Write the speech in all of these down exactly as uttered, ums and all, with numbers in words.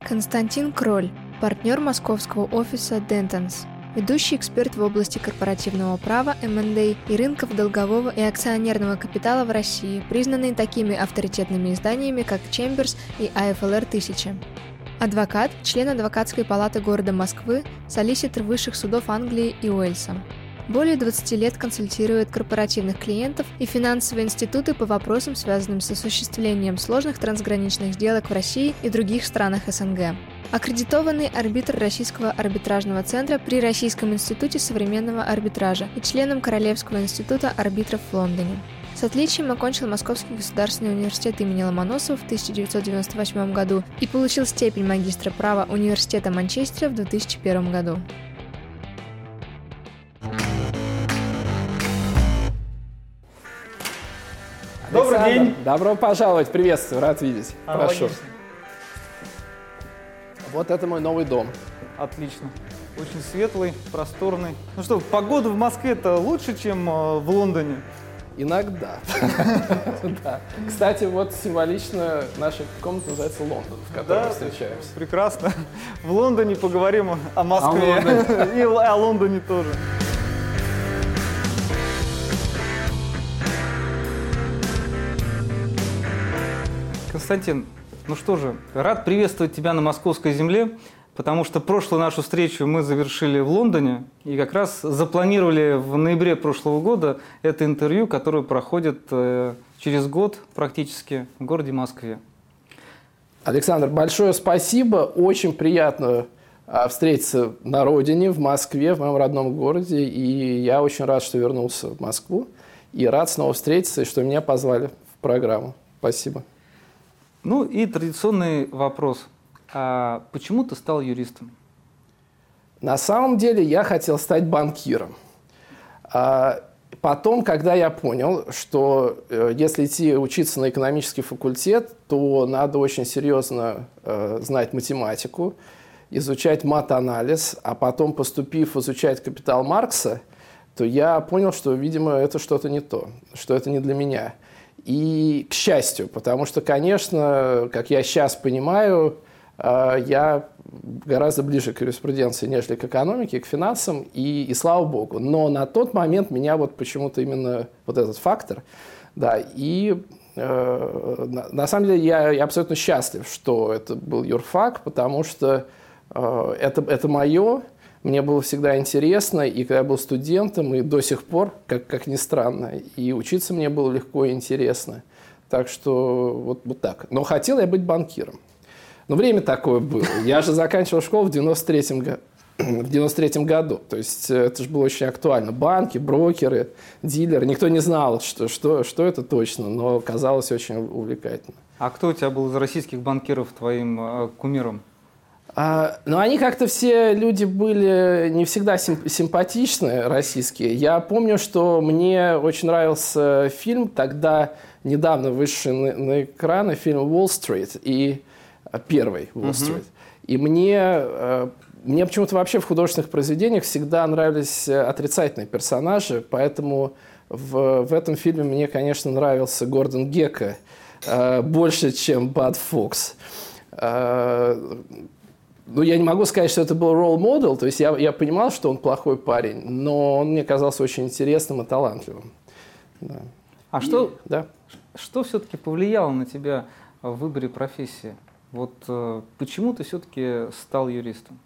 Константин Кроль, партнер московского офиса Dentons, ведущий эксперт в области корпоративного права, эм энд эй и рынков долгового и акционерного капитала в России, признанный такими авторитетными изданиями, как Chambers и ай эф эл ар тысяча. Адвокат, член адвокатской палаты города Москвы, солиситор высших судов Англии и Уэльса. Более двадцати лет консультирует корпоративных клиентов и финансовые институты по вопросам, связанным с осуществлением сложных трансграничных сделок в России и других странах эс эн гэ. Аккредитованный арбитр Российского арбитражного центра при Российском институте современного арбитража и членом Королевского института арбитров в Лондоне. С отличием окончил Московский государственный университет имени Ломоносова в тысяча девятьсот девяносто восьмом году и получил степень магистра права Университета Манчестера в две тысячи первом году. Добрый Александр, день. Добро пожаловать, приветствую, рад видеть. Аналогично. Прошу. Вот это мой новый дом. Отлично. Очень светлый, просторный. Ну что, погода в Москве-то лучше, чем э, в Лондоне? Иногда. Да. Кстати, вот символично наша комната называется Лондон, в которой мы встречаемся. Прекрасно. В Лондоне поговорим о Москве и о Лондоне тоже. Константин, ну что же, рад приветствовать тебя на московской земле, потому что прошлую нашу встречу мы завершили в Лондоне и как раз запланировали в ноябре прошлого года это интервью, которое проходит э, через год практически в городе Москве. Александр, большое спасибо. Очень приятно а, встретиться на родине, в Москве, в моем родном городе. И я очень рад, что вернулся в Москву. И рад снова встретиться, и что меня позвали в программу. Спасибо. Ну и традиционный вопрос. А почему ты стал юристом? На самом деле я хотел стать банкиром. А потом, когда я понял, что э, если идти учиться на экономический факультет, то надо очень серьезно э, знать математику, изучать мат-анализ, а потом, поступив изучать «Капитал» Маркса, то я понял, что, видимо, это что-то не то, что это не для меня. И, к счастью, потому что, конечно, как я сейчас понимаю, я гораздо ближе к юриспруденции, нежели к экономике, к финансам, и, и слава богу. Но на тот момент меня вот почему-то именно вот этот фактор, да, и э, на, на самом деле я, я абсолютно счастлив, что это был юрфак, потому что э, это, это мое, мне было всегда интересно, и когда я был студентом, и до сих пор, как, как ни странно, и учиться мне было легко и интересно. Так что вот, вот так. Но хотел я быть банкиром. Но время такое было. Я же заканчивал школу в девяносто третьем году. В девяносто третьем году. То есть это же было очень актуально. Банки, брокеры, дилеры. Никто не знал, что, что, что это точно, но казалось очень увлекательно. А кто у тебя был из российских банкиров твоим э, кумиром? А, ну, они как-то все люди были не всегда симп- симпатичные, российские. Я помню, что мне очень нравился фильм, тогда недавно вышедший на, на экраны, фильм «Уолл-стрит», и первый «Уолл-стрит». Uh-huh. И мне, мне почему-то вообще в художественных произведениях всегда нравились отрицательные персонажи, поэтому в, в этом фильме мне, конечно, нравился Гордон Гекко больше, чем Бад Фокс. Ну, я не могу сказать, что это был ролл-модел, то есть я, я понимал, что он плохой парень, но он мне казался очень интересным и талантливым. Да. А и, что, да? что все-таки повлияло на тебя в выборе профессии? Вот э, почему ты все-таки стал юристом?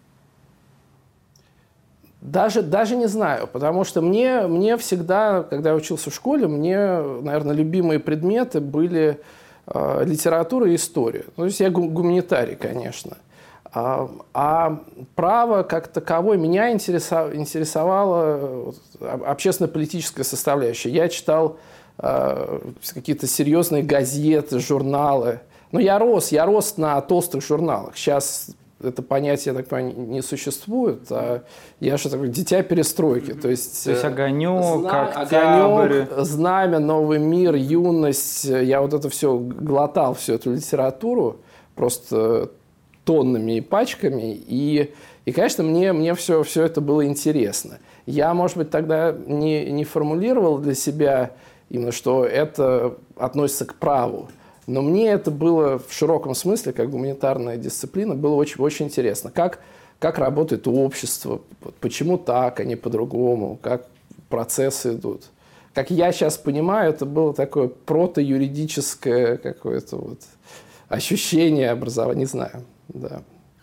Даже, даже не знаю, потому что мне, мне всегда, когда я учился в школе, мне, наверное, любимые предметы были э, литература и история. Ну, то есть я гуманитарий, конечно. А, а право как таковое меня интересовало общественно-политическая составляющая. Я читал э, какие-то серьезные газеты, журналы. Но я рос, я рос на толстых журналах. Сейчас это понятие, я так понимаю, не существует. А я же такой дитя перестройки. То есть, То есть «Огонек», зна- «Октябрь». «Огонек», «Знамя», «Новый мир», «Юность». Я вот это все глотал, всю эту литературу просто тоннами и пачками. И, и конечно, мне, мне все, все это было интересно. Я, может быть, тогда не, не формулировал для себя именно, что это относится к праву. Но мне это было в широком смысле, как гуманитарная дисциплина, было очень, очень интересно. Как, как работает общество, почему так, а не по-другому, как процессы идут. Как я сейчас понимаю, это было такое протоюридическое какое-то вот ощущение образования, не знаю, да.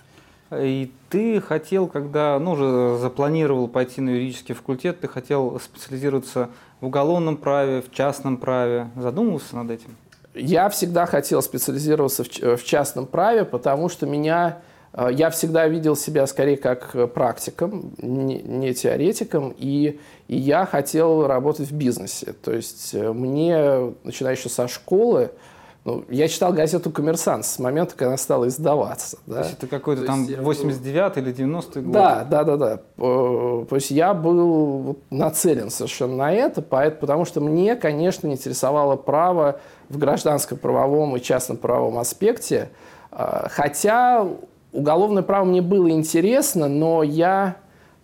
И ты хотел, когда, ну, уже запланировал пойти на юридический факультет, ты хотел специализироваться в уголовном праве, в частном праве. Задумывался над этим? Я всегда хотел специализироваться в, в частном праве, потому что меня, я всегда видел себя скорее как практиком, не, не теоретиком, и, и я хотел работать в бизнесе. То есть мне, начиная еще со школы, ну, я читал газету «Коммерсант» с момента, когда она стала издаваться. Да? То есть это какой-то там восемьдесят девятый или девяностый год? Да, да, да, да. То есть я был нацелен совершенно на это, потому что мне, конечно, интересовало право в гражданско-правовом и частно-правовом аспекте. Хотя уголовное право мне было интересно, но я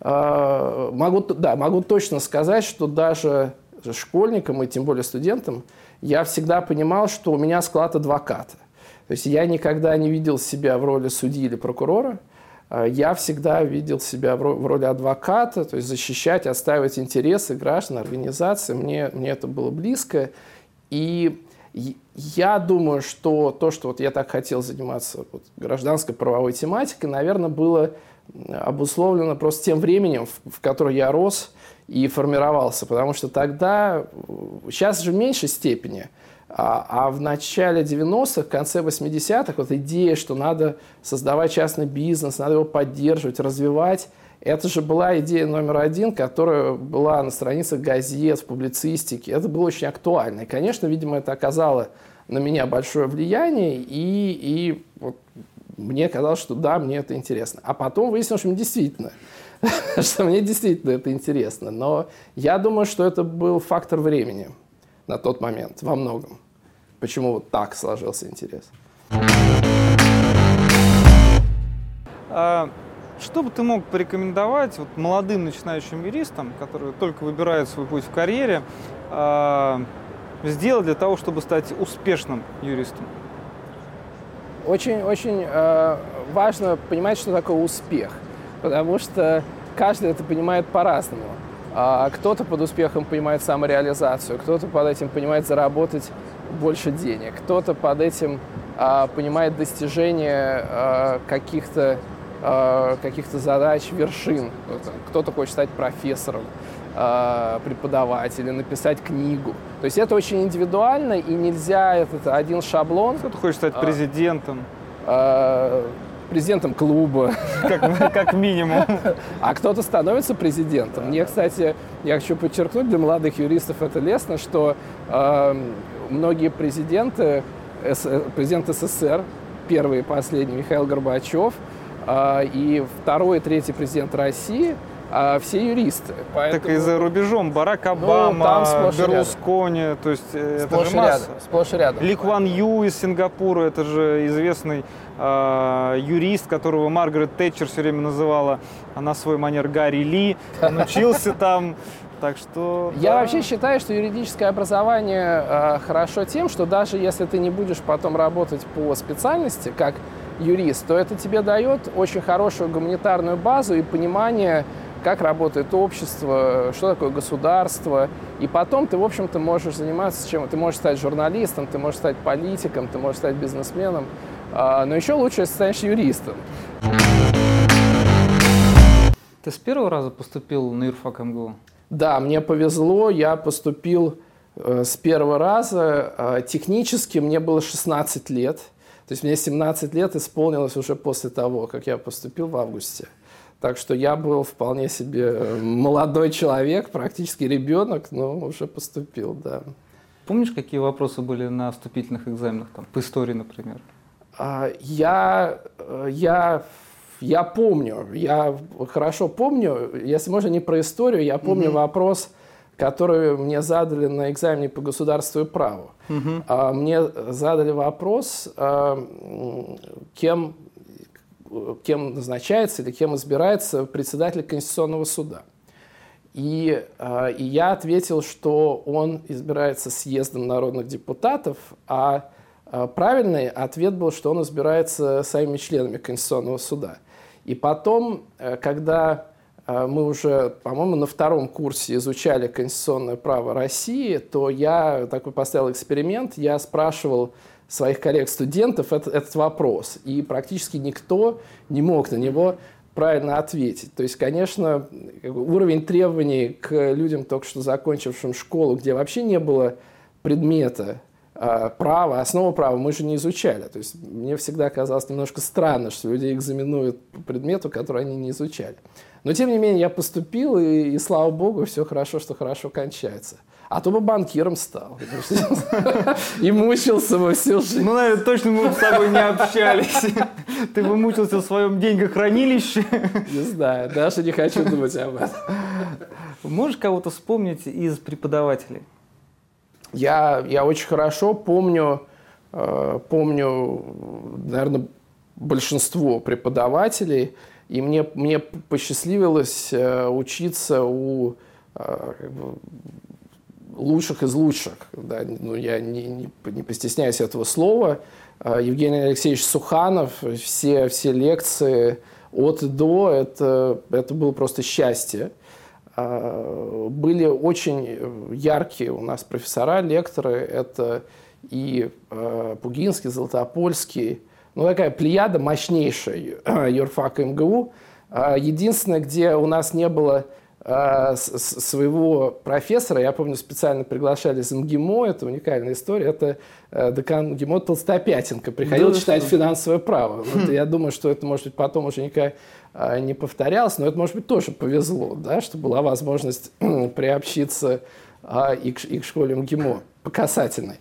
могу, да, могу точно сказать, что даже школьникам и тем более студентам я всегда понимал, что у меня склад адвоката. То есть я никогда не видел себя в роли судьи или прокурора. Я всегда видел себя в роли адвоката, то есть защищать, отстаивать интересы граждан, организаций. Мне, мне это было близко. И я думаю, что то, что вот я так хотел заниматься вот, гражданской правовой тематикой, наверное, было обусловлено просто тем временем, в, в которое я рос и формировался. Потому что тогда, сейчас же в меньшей степени, а, а в начале девяностых, в конце восьмидесятых, вот идея, что надо создавать частный бизнес, надо его поддерживать, развивать, это же была идея номер один, которая была на страницах газет, в публицистике. Это было очень актуально. И, конечно, видимо, это оказало на меня большое влияние, и, и вот мне казалось, что да, мне это интересно. А потом выяснилось, что мне действительно, что мне действительно это интересно. Но я думаю, что это был фактор времени на тот момент, во многом. Почему вот так сложился интерес. А, что бы ты мог порекомендовать вот, молодым начинающим юристам, которые только выбирают свой путь в карьере, а, сделать для того, чтобы стать успешным юристом? Очень-очень э, важно понимать, что такое успех, потому что каждый это понимает по-разному. А кто-то под успехом понимает самореализацию, кто-то под этим понимает заработать больше денег, кто-то под этим а, понимает достижение а, каких-то, а, каких-то задач, вершин. Кто-то хочет стать профессором, а, преподавать или написать книгу. То есть это очень индивидуально, и нельзя этот один шаблон. Кто-то хочет стать президентом. А, президентом клуба. Как, как минимум. А кто-то становится президентом. Мне, кстати, я хочу подчеркнуть, для молодых юристов это лестно, что э, многие президенты, президент СССР, первый и последний, Михаил Горбачев, э, и второй и третий президент России, э, все юристы. Поэтому... Так и за рубежом Барак Обама, ну, Берлускони, то есть сплошь это же масса. Рядом, сплошь и рядом. Ли Куан Ю из Сингапура, это же известный э, юрист, которого Маргарет Тэтчер все время называла на свой манер Гарри Ли. Он учился там. Так что, я да. вообще считаю, что юридическое образование э, хорошо тем, что даже если ты не будешь потом работать по специальности как юрист, то это тебе дает очень хорошую гуманитарную базу и понимание, как работает общество, что такое государство. И потом ты, в общем-то, можешь заниматься чем? Ты можешь стать журналистом, ты можешь стать политиком, ты можешь стать бизнесменом. Э, но еще лучше, если станешь юристом. Ты с первого раза поступил на юрфак эм гэ у? Да, мне повезло, я поступил э, с первого раза. Э, технически мне было шестнадцать лет. То есть мне семнадцать лет исполнилось уже после того, как я поступил в августе. Так что я был вполне себе молодой человек, практически ребенок, но уже поступил, да. Помнишь, какие вопросы были на вступительных экзаменах, там, по истории, например? Э, я... Я... Я помню, я хорошо помню, если можно не про историю, я помню mm-hmm. вопрос, который мне задали на экзамене по государству и праву. Mm-hmm. Мне задали вопрос, кем, кем назначается или кем избирается председатель Конституционного суда. И, и я ответил, что он избирается съездом народных депутатов, а правильный ответ был, что он избирается самими членами Конституционного суда. И потом, когда мы уже, по-моему, на втором курсе изучали конституционное право России, то я такой поставил эксперимент, я спрашивал своих коллег-студентов этот, этот вопрос, и практически никто не мог на него правильно ответить. То есть, конечно, уровень требований к людям, только что закончившим школу, где вообще не было предмета права, основу права, мы же не изучали. То есть, мне всегда казалось немножко странно, что люди экзаменуют по предмету, который они не изучали. Но, тем не менее, я поступил, и, и слава богу, все хорошо, что хорошо кончается. А то бы банкиром стал. И мучился бы всю жизнь. Ну, наверное, точно мы бы с тобой не общались. Ты бы мучился в своем деньгохранилище. Не знаю, даже не хочу думать об этом. Можешь кого-то вспомнить из преподавателей? Я, я очень хорошо помню, э, помню, наверное, большинство преподавателей. И мне, мне посчастливилось э, учиться у э, как бы, лучших из лучших. Да, ну, я не, не, не постесняюсь этого слова. Э, Евгений Алексеевич Суханов, все, все лекции от и до, это, это было просто счастье. Э, были очень яркие у нас профессора, лекторы. Это и э, Пугинский, Золотопольский. Ну, такая плеяда мощнейшая, юрфак МГУ. Единственное, где у нас не было своего профессора, я помню, специально приглашали из МГИМО, это уникальная история, это декан МГИМО Толстопятенко, приходил да, читать что? финансовое право. Вот, я думаю, что это, может быть, потом уже никогда не повторялось, но это, может быть, тоже повезло, да, что была возможность приобщиться и к, и к школе МГИМО по касательной.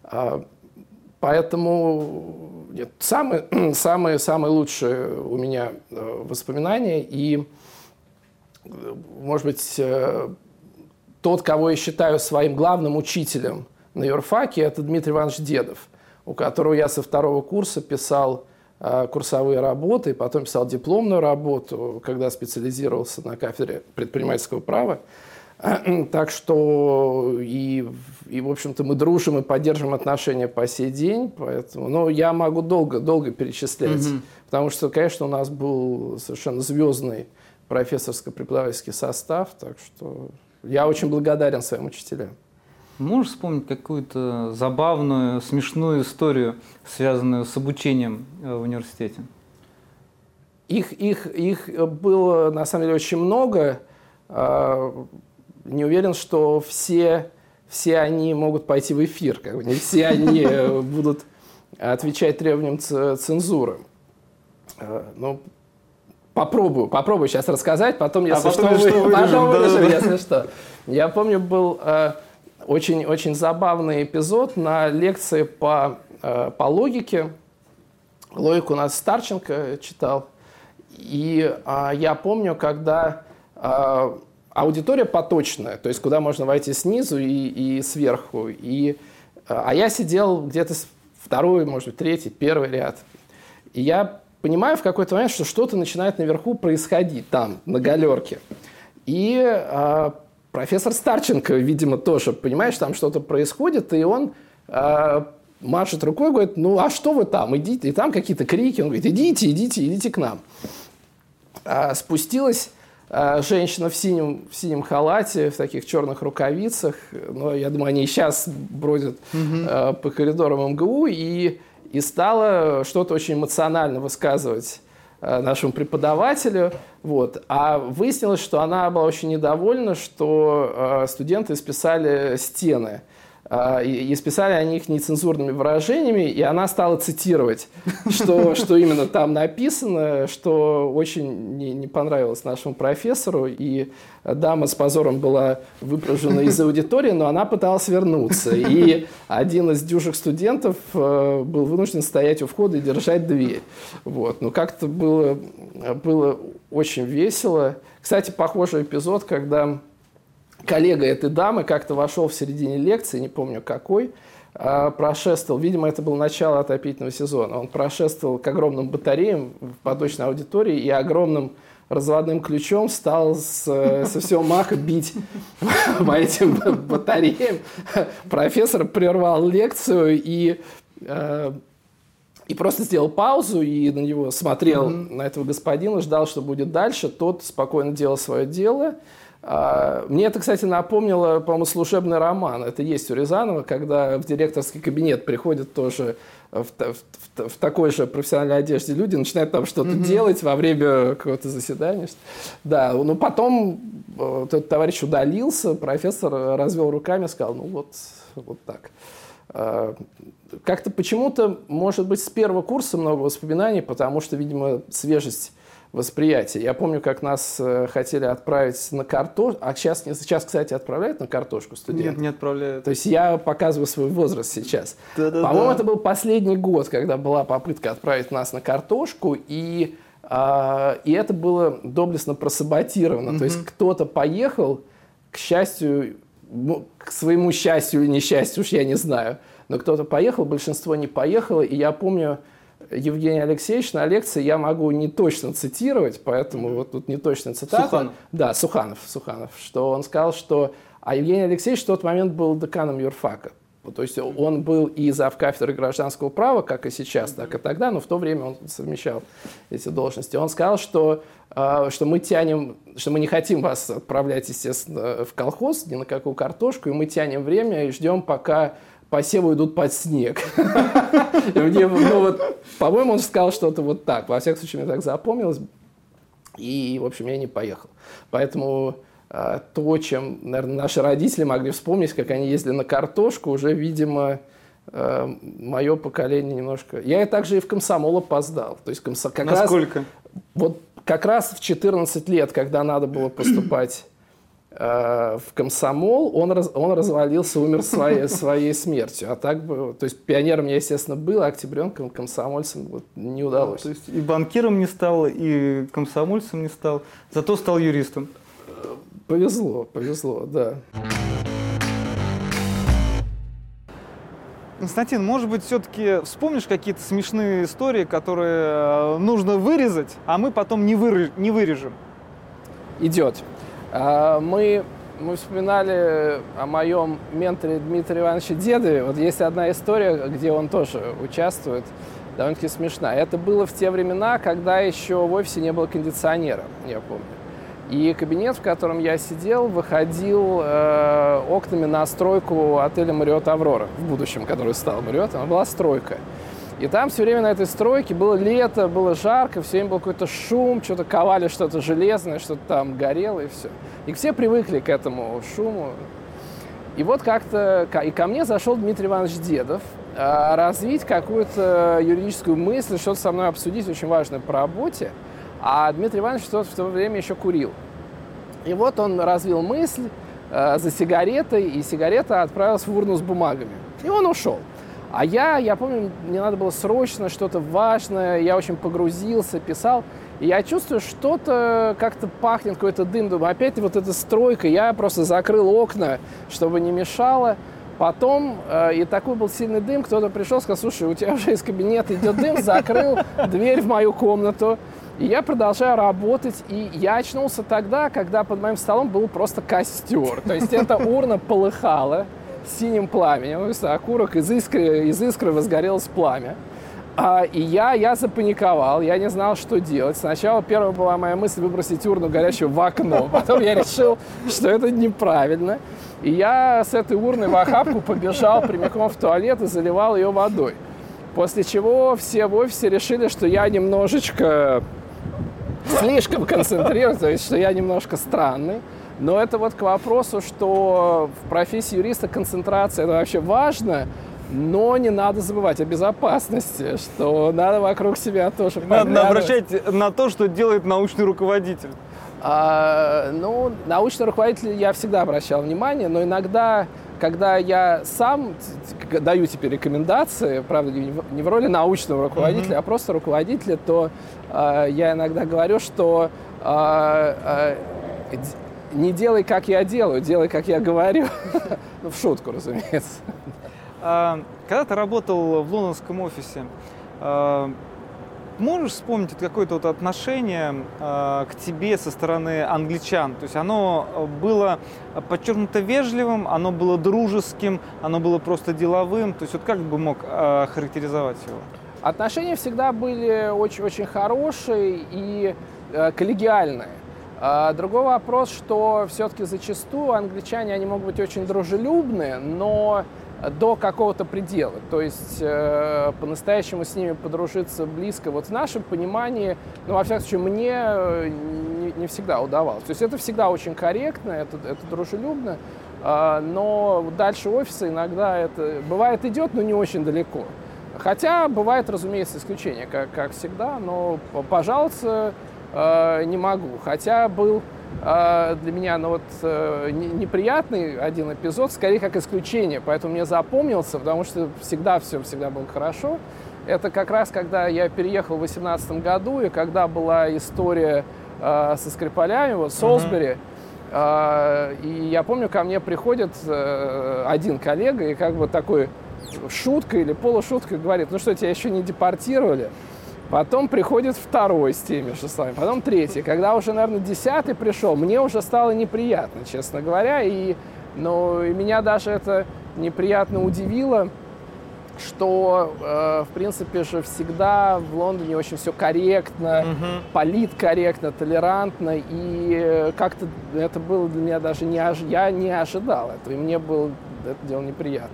Поэтому нет, самые, самые, самые лучшие у меня воспоминания. И, может быть, тот, кого я считаю своим главным учителем на юрфаке, это Дмитрий Иванович Дедов, у которого я со второго курса писал курсовые работы, и потом писал дипломную работу, когда специализировался на кафедре предпринимательского права. Так что и, и, в общем-то, мы дружим и поддерживаем отношения по сей день. Поэтому, но я могу долго, долго перечислять, mm-hmm. потому что, конечно, у нас был совершенно звездный профессорско-преподавательский состав. Так что я очень благодарен своим учителям. Можешь вспомнить какую-то забавную, смешную историю, связанную с обучением в университете? Их, их, их было, на самом деле, очень много. Не уверен, что все, все они могут пойти в эфир. Как бы. Не все они будут отвечать требованиям цензуры. Ну, попробую, попробую сейчас рассказать, потом, если а что, потом, вы, что потом вырежем, вырежем, да, если да. что. Я помню, был э, очень, очень забавный эпизод на лекции по, э, по логике. Логику у нас Старченко читал. И э, я помню, когда... Э, аудитория поточная, то есть куда можно войти снизу и, и сверху. И, а я сидел где-то второй, может быть, третий, первый ряд. И я понимаю в какой-то момент, что что-то начинает наверху происходить там, на галерке. И а, профессор Старченко, видимо, тоже понимает, что там что-то происходит, и он а, машет рукой, говорит, ну а что вы там, идите. И там какие-то крики, он говорит, идите, идите, идите к нам. А, спустилась женщина в синем, в синем халате, в таких черных рукавицах. Но я думаю, они и сейчас бродят mm-hmm. э, по коридорам МГУ. И, и стала что-то очень эмоционально высказывать э, нашему преподавателю. Вот. А выяснилось, что она была очень недовольна, что э, студенты списали стены. И, и списали они их нецензурными выражениями, и она стала цитировать, что, что именно там написано, что очень не, не понравилось нашему профессору, и дама с позором была выпровожена из аудитории, но она пыталась вернуться, и один из дюжих студентов был вынужден стоять у входа и держать дверь. Вот. Но как-то было, было очень весело. Кстати, похожий эпизод, когда... коллега этой дамы как-то вошел в середине лекции, не помню какой, прошествовал, видимо, это было начало отопительного сезона, он прошествовал к огромным батареям в поточной аудитории и огромным разводным ключом стал с, со всего маха бить по этим батареям. Профессор прервал лекцию и и просто сделал паузу и на него смотрел, mm-hmm. на этого господина, ждал, что будет дальше. Тот спокойно делал свое дело. Мне это, кстати, напомнило, по-моему, служебный роман. Это есть у Рязанова, когда в директорский кабинет приходят тоже в, в, в, в такой же профессиональной одежде люди, начинают там что-то mm-hmm. делать во время какого-то заседания. Да, но потом этот товарищ удалился, профессор развел руками, сказал, ну вот, вот так. Как-то почему-то, может быть, с первого курса много воспоминаний, потому что, видимо, свежесть восприятия. Я помню, как нас э, хотели отправить на картошку, а сейчас, сейчас, кстати, отправляют на картошку студентов? Нет, не отправляют. То есть я показываю свой возраст сейчас. Да-да-да. По-моему, это был последний год, когда была попытка отправить нас на картошку, и, э, и это было доблестно просаботировано. Mm-hmm. То есть кто-то поехал, к счастью, к своему счастью или несчастью, уж я не знаю, но кто-то поехал, большинство не поехало, и я помню, Евгений Алексеевич на лекции, я могу не точно цитировать, поэтому вот тут не точно цитата. Суханов. Да, Суханов, Суханов, что он сказал, что... А Евгений Алексеевич в тот момент был деканом юрфака. То есть он был и завкафедрой гражданского права, как и сейчас, так и тогда, но в то время он совмещал эти должности. Он сказал, что, что мы тянем, что мы не хотим вас отправлять, естественно, в колхоз, ни на какую картошку, и мы тянем время и ждем, пока посевы идут под снег. Мне, ну, вот, по-моему, он сказал что-то вот так. Во всяком случае, мне так запомнилось. И, в общем, я не поехал. Поэтому э, то, чем, наверное, наши родители могли вспомнить, как они ездили на картошку, уже, видимо, э, мое поколение немножко... Я и также и в комсомол опоздал. То есть комсо... как Насколько? Раз, вот как раз в четырнадцать лет, когда надо было поступать в комсомол, он, раз, он развалился, умер своей, своей смертью. А так бы, то есть пионером я, естественно, был, а октябренком, комсомольцем вот, не удалось. То есть и банкиром не стал, и комсомольцем не стал, зато стал юристом. Повезло, повезло, да. Константин, может быть, все-таки вспомнишь какие-то смешные истории, которые нужно вырезать, а мы потом не, выры... не вырежем? Идет. Мы, мы вспоминали о моем менторе Дмитрии Ивановиче Дедове. Вот есть одна история, где он тоже участвует, довольно-таки смешная. Это было в те времена, когда еще в офисе не было кондиционера, я помню. И кабинет, в котором я сидел, выходил э, окнами на стройку отеля Marriott Аврора, в будущем, который стал Marriott, она была стройка. И там все время на этой стройке было лето, было жарко, все время был какой-то шум, что-то ковали, что-то железное, что-то там горело и все. И все привыкли к этому шуму. И вот как-то и ко мне зашел Дмитрий Иванович Дедов развить какую-то юридическую мысль, что-то со мной обсудить, очень важное по работе. А Дмитрий Иванович в то, в то время еще курил. И вот он развил мысль э, за сигаретой, и сигарета отправилась в урну с бумагами. И он ушел. А я, я помню, мне надо было срочно что-то важное, я очень погрузился, писал. И я чувствую, что-то как-то пахнет, какой-то дым. Думаю, опять вот эта стройка. Я просто закрыл окна, чтобы не мешало. Потом, э, и такой был сильный дым, кто-то пришел, сказал, слушай, у тебя уже из кабинета идет дым, закрыл дверь в мою комнату. И я продолжаю работать, и я очнулся тогда, когда под моим столом был просто костер. То есть эта урна полыхала синим пламенем, окурок, из искры, из искры возгорелось пламя. А, и я, я запаниковал, я не знал, что делать. Сначала первая была моя мысль выбросить урну горящую в окно, потом я решил, что это неправильно. И я с этой урной в охапку побежал прямиком в туалет и заливал ее водой. После чего все в офисе решили, что я немножечко слишком концентрирован, то есть, что я немножко странный. Но это вот к вопросу, что в профессии юриста концентрация – это вообще важно, но не надо забывать о безопасности, что надо вокруг себя тоже поглядывать. Надо обращать на то, что делает научный руководитель. А, ну, научный руководитель я всегда обращал внимание, но иногда, когда я сам даю теперь рекомендации, правда, не в роли научного руководителя, mm-hmm. а просто руководителя, то а, я иногда говорю, что а, а, не делай, как я делаю, делай, как я говорю. Ну, в шутку, разумеется. Когда ты работал в лондонском офисе, можешь вспомнить какое-то вот отношение э, к тебе со стороны англичан? То есть оно было подчеркнуто вежливым, оно было дружеским, оно было просто деловым? То есть вот как бы мог э, характеризовать его? Отношения всегда были очень-очень хорошие и э, коллегиальные. А другой вопрос, что все-таки зачастую англичане, они могут быть очень дружелюбные, но до какого-то предела. То есть э, по-настоящему с ними подружиться близко, вот в нашем понимании, ну, во всяком случае, мне не, не всегда удавалось. То есть это всегда очень корректно, это, это дружелюбно, э, но дальше офиса иногда это бывает идет, но не очень далеко. Хотя бывает, разумеется, исключение, как, как всегда, но пожаловаться э, не могу. Хотя был э, для меня ну, вот, э, неприятный один эпизод, скорее как исключение, поэтому мне запомнился, потому что всегда все всегда было хорошо. Это как раз, когда я переехал в две тысячи восемнадцатом году, и когда была история э, со Скрипалями, вот, Солсбери, uh-huh. э, и я помню, ко мне приходит э, один коллега, и как бы такой... шутка или полушутка говорит, ну что, тебя еще не депортировали? Потом приходит второй с теми же самыми, потом третий. Когда уже, наверное, десятый пришел, мне уже стало неприятно, честно говоря. И, ну, и меня даже это неприятно удивило, что, э, в принципе же, всегда в Лондоне очень все корректно, uh-huh. политкорректно, толерантно. И как-то это было для меня даже не... Ож... Я не ожидал этого, и мне было это дело неприятно.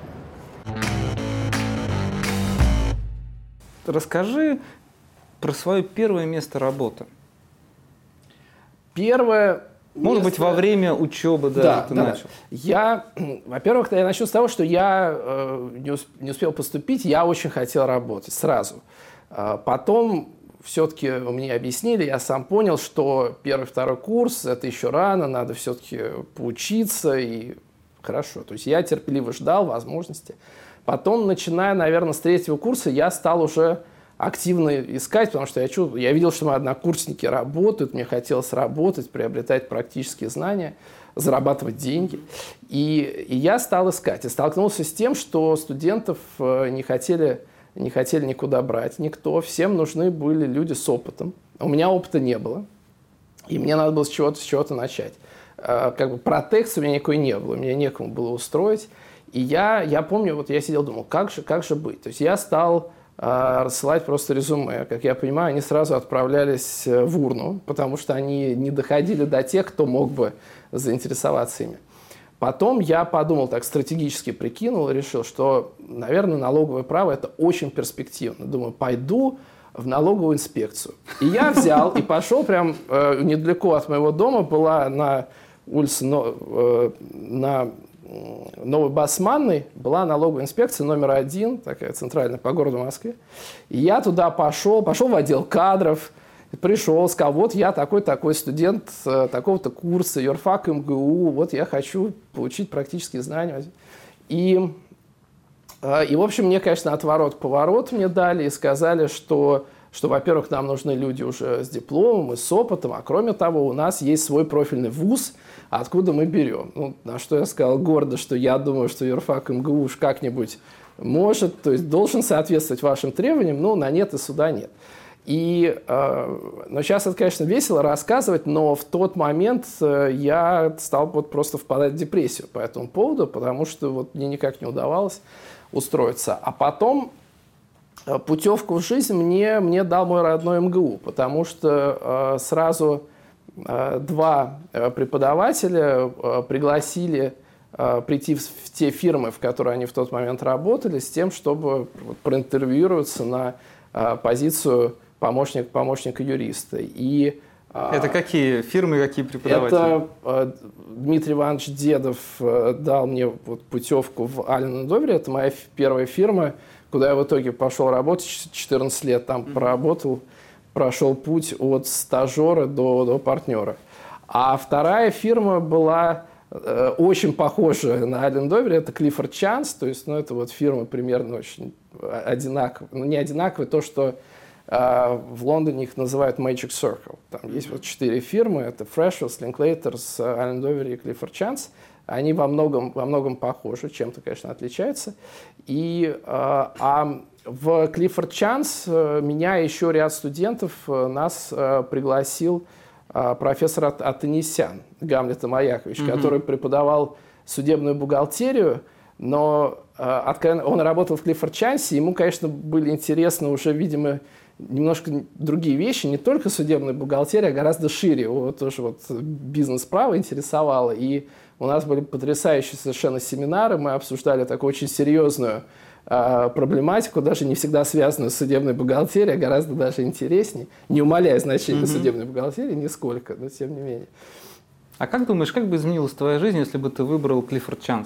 Расскажи про свое первое место работы. Первое Может место... быть, во время учебы, да, да, ты да, начал. Я, во-первых, я начну с того, что я э, не, усп- не успел поступить, я очень хотел работать сразу. А потом все-таки мне объяснили, я сам понял, что первый, второй курс – это еще рано, надо все-таки поучиться, и хорошо. То есть я терпеливо ждал возможности. Потом, начиная, наверное, с третьего курса, я стал уже активно искать, потому что я, чув... я видел, что мои однокурсники работают, мне хотелось работать, приобретать практические знания, зарабатывать деньги. И, и я стал искать. И столкнулся с тем, что студентов не хотели, не хотели никуда брать никто. Всем нужны были люди с опытом. У меня опыта не было. И мне надо было с чего-то, с чего-то начать. Как бы протекции у меня никакой не было, мне некому было устроить. И я, я помню, вот я сидел, думал, как же, как же быть? То есть я стал э, рассылать просто резюме. Как я понимаю, они сразу отправлялись в урну, потому что они не доходили до тех, кто мог бы заинтересоваться ими. Потом я подумал, так стратегически прикинул и решил, что, наверное, налоговое право – это очень перспективно. Думаю, пойду в налоговую инспекцию. И я взял и пошел прям э, недалеко от моего дома, была на улице, но, э, на Новой Басманной, была налоговая инспекция номер один, такая центральная по городу Москве. И я туда пошел, пошел в отдел кадров, пришел, сказал, вот я такой-такой студент э, такого-то курса, юрфак эм гэ у, вот я хочу получить практические знания. И, э, и в общем, мне, конечно, отворот-поворот мне дали и сказали, что, что, во-первых, нам нужны люди уже с дипломом и с опытом, а кроме того, у нас есть свой профильный вуз, откуда мы берем. Ну, на что я сказал гордо, что я думаю, что юрфак эм гэ у уж как-нибудь может, то есть должен соответствовать вашим требованиям, но на нет и суда нет. И, э, но сейчас это, конечно, весело рассказывать, но в тот момент э, я стал вот просто впадать в депрессию по этому поводу, потому что вот мне никак не удавалось устроиться. А потом э, путевку в жизнь мне, мне дал мой родной эм гэ у, потому что э, сразу э, два э, преподавателя э, пригласили э, прийти в, в те фирмы, в которые они в тот момент работали, с тем, чтобы вот, проинтервьюироваться на э, позицию помощник, помощника юриста. И, это какие фирмы, какие преподаватели? Это э, Дмитрий Иванович Дедов э, дал мне вот путевку в Аллен энд Овери. Это моя первая фирма, куда я в итоге пошел работать. четырнадцать лет там mm-hmm. проработал, прошел путь от стажера до, до партнера. А вторая фирма была э, очень похожа на Аллен энд Овери. Это Clifford Chance. То есть, ну, это вот фирма примерно очень одинаковая. Ну, не одинаковая, то, что в Лондоне их называют Magic Circle. Там есть вот четыре фирмы. Это Freshfields, Linklaters, Allen Dover и Clifford Chance. они во многом, во многом похожи, чем-то, конечно, отличаются. И, а в Clifford Chance меня и еще ряд студентов нас пригласил профессор Атанесян, Гамлет Амаякович, mm-hmm. который преподавал судебную бухгалтерию, но он работал в Clifford Chance, ему, конечно, были интересны уже, видимо, немножко другие вещи, не только судебная бухгалтерия, а гораздо шире. Его тоже вот бизнес-право интересовало. И у нас были потрясающие совершенно семинары, мы обсуждали такую очень серьезную э, проблематику, даже не всегда связанную с судебной бухгалтерией, а гораздо даже интереснее, не умаляя значение mm-hmm. судебной бухгалтерии нисколько, но тем не менее. А как думаешь, как бы изменилась твоя жизнь, если бы ты выбрал Clifford Chance?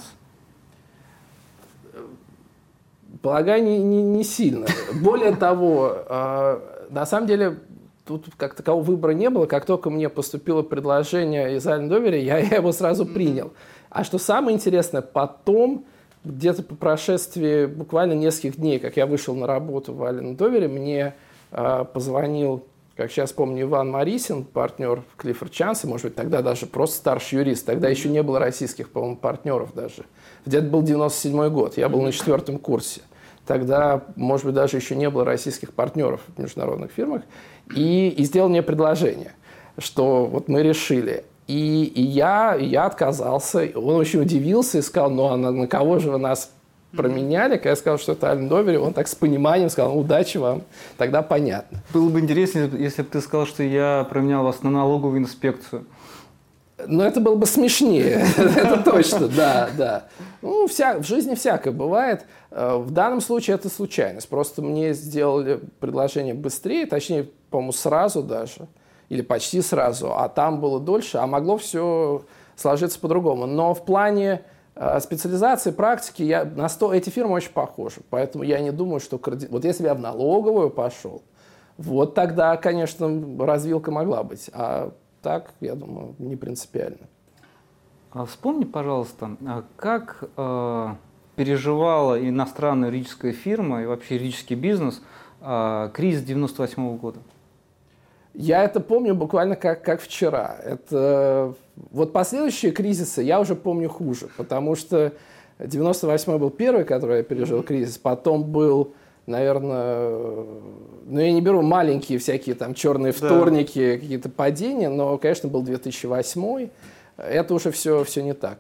Полагаю, не, не, не сильно. Более того, э, на самом деле, тут как такового выбора не было. Как только мне поступило предложение из Аллен Довери, я, я его сразу принял. А что самое интересное, потом, где-то по прошествии буквально нескольких дней, как я вышел на работу в Аллен Довери, мне э, позвонил, как сейчас помню, Иван Марисин, партнер в Clifford Chance, может быть, тогда даже просто старший юрист. Тогда еще не было российских, по-моему, партнеров даже. Где-то был девяносто седьмой год, я был на четвертом курсе. Тогда, может быть, даже еще не было российских партнеров в международных фирмах. И, и сделал мне предложение, что вот мы решили. И, и я, я отказался. Он очень удивился и сказал, ну а на, на кого же вы нас променяли? Когда я сказал, что это Аллен Довери, он так с пониманием сказал, ну, удачи вам. Тогда понятно. Было бы интересно, если бы ты сказал, что я променял вас на налоговую инспекцию. Ну, это было бы смешнее, это точно, да, да. Ну, вся, в жизни всякое бывает. В данном случае это случайность. Просто мне сделали предложение быстрее, точнее, по-моему, сразу даже, или почти сразу, а там было дольше, а могло все сложиться по-другому. Но в плане специализации, практики, я, на сто, эти фирмы очень похожи, поэтому я не думаю, что... Вот если бы я в налоговую пошел, вот тогда, конечно, развилка могла быть, а так, я думаю, не принципиально. Вспомни, пожалуйста, как э, переживала иностранная юридическая фирма и вообще юридический бизнес э, кризис девяносто восьмого года? Я это помню буквально как, как вчера. Это, вот последующие кризисы я уже помню хуже, потому что девяносто восьмой был первый, который я пережил кризис, потом был... Наверное, ну я не беру маленькие всякие там черные вторники, да. какие-то падения, но, конечно, был две тысячи восьмой. Это уже все, все не так.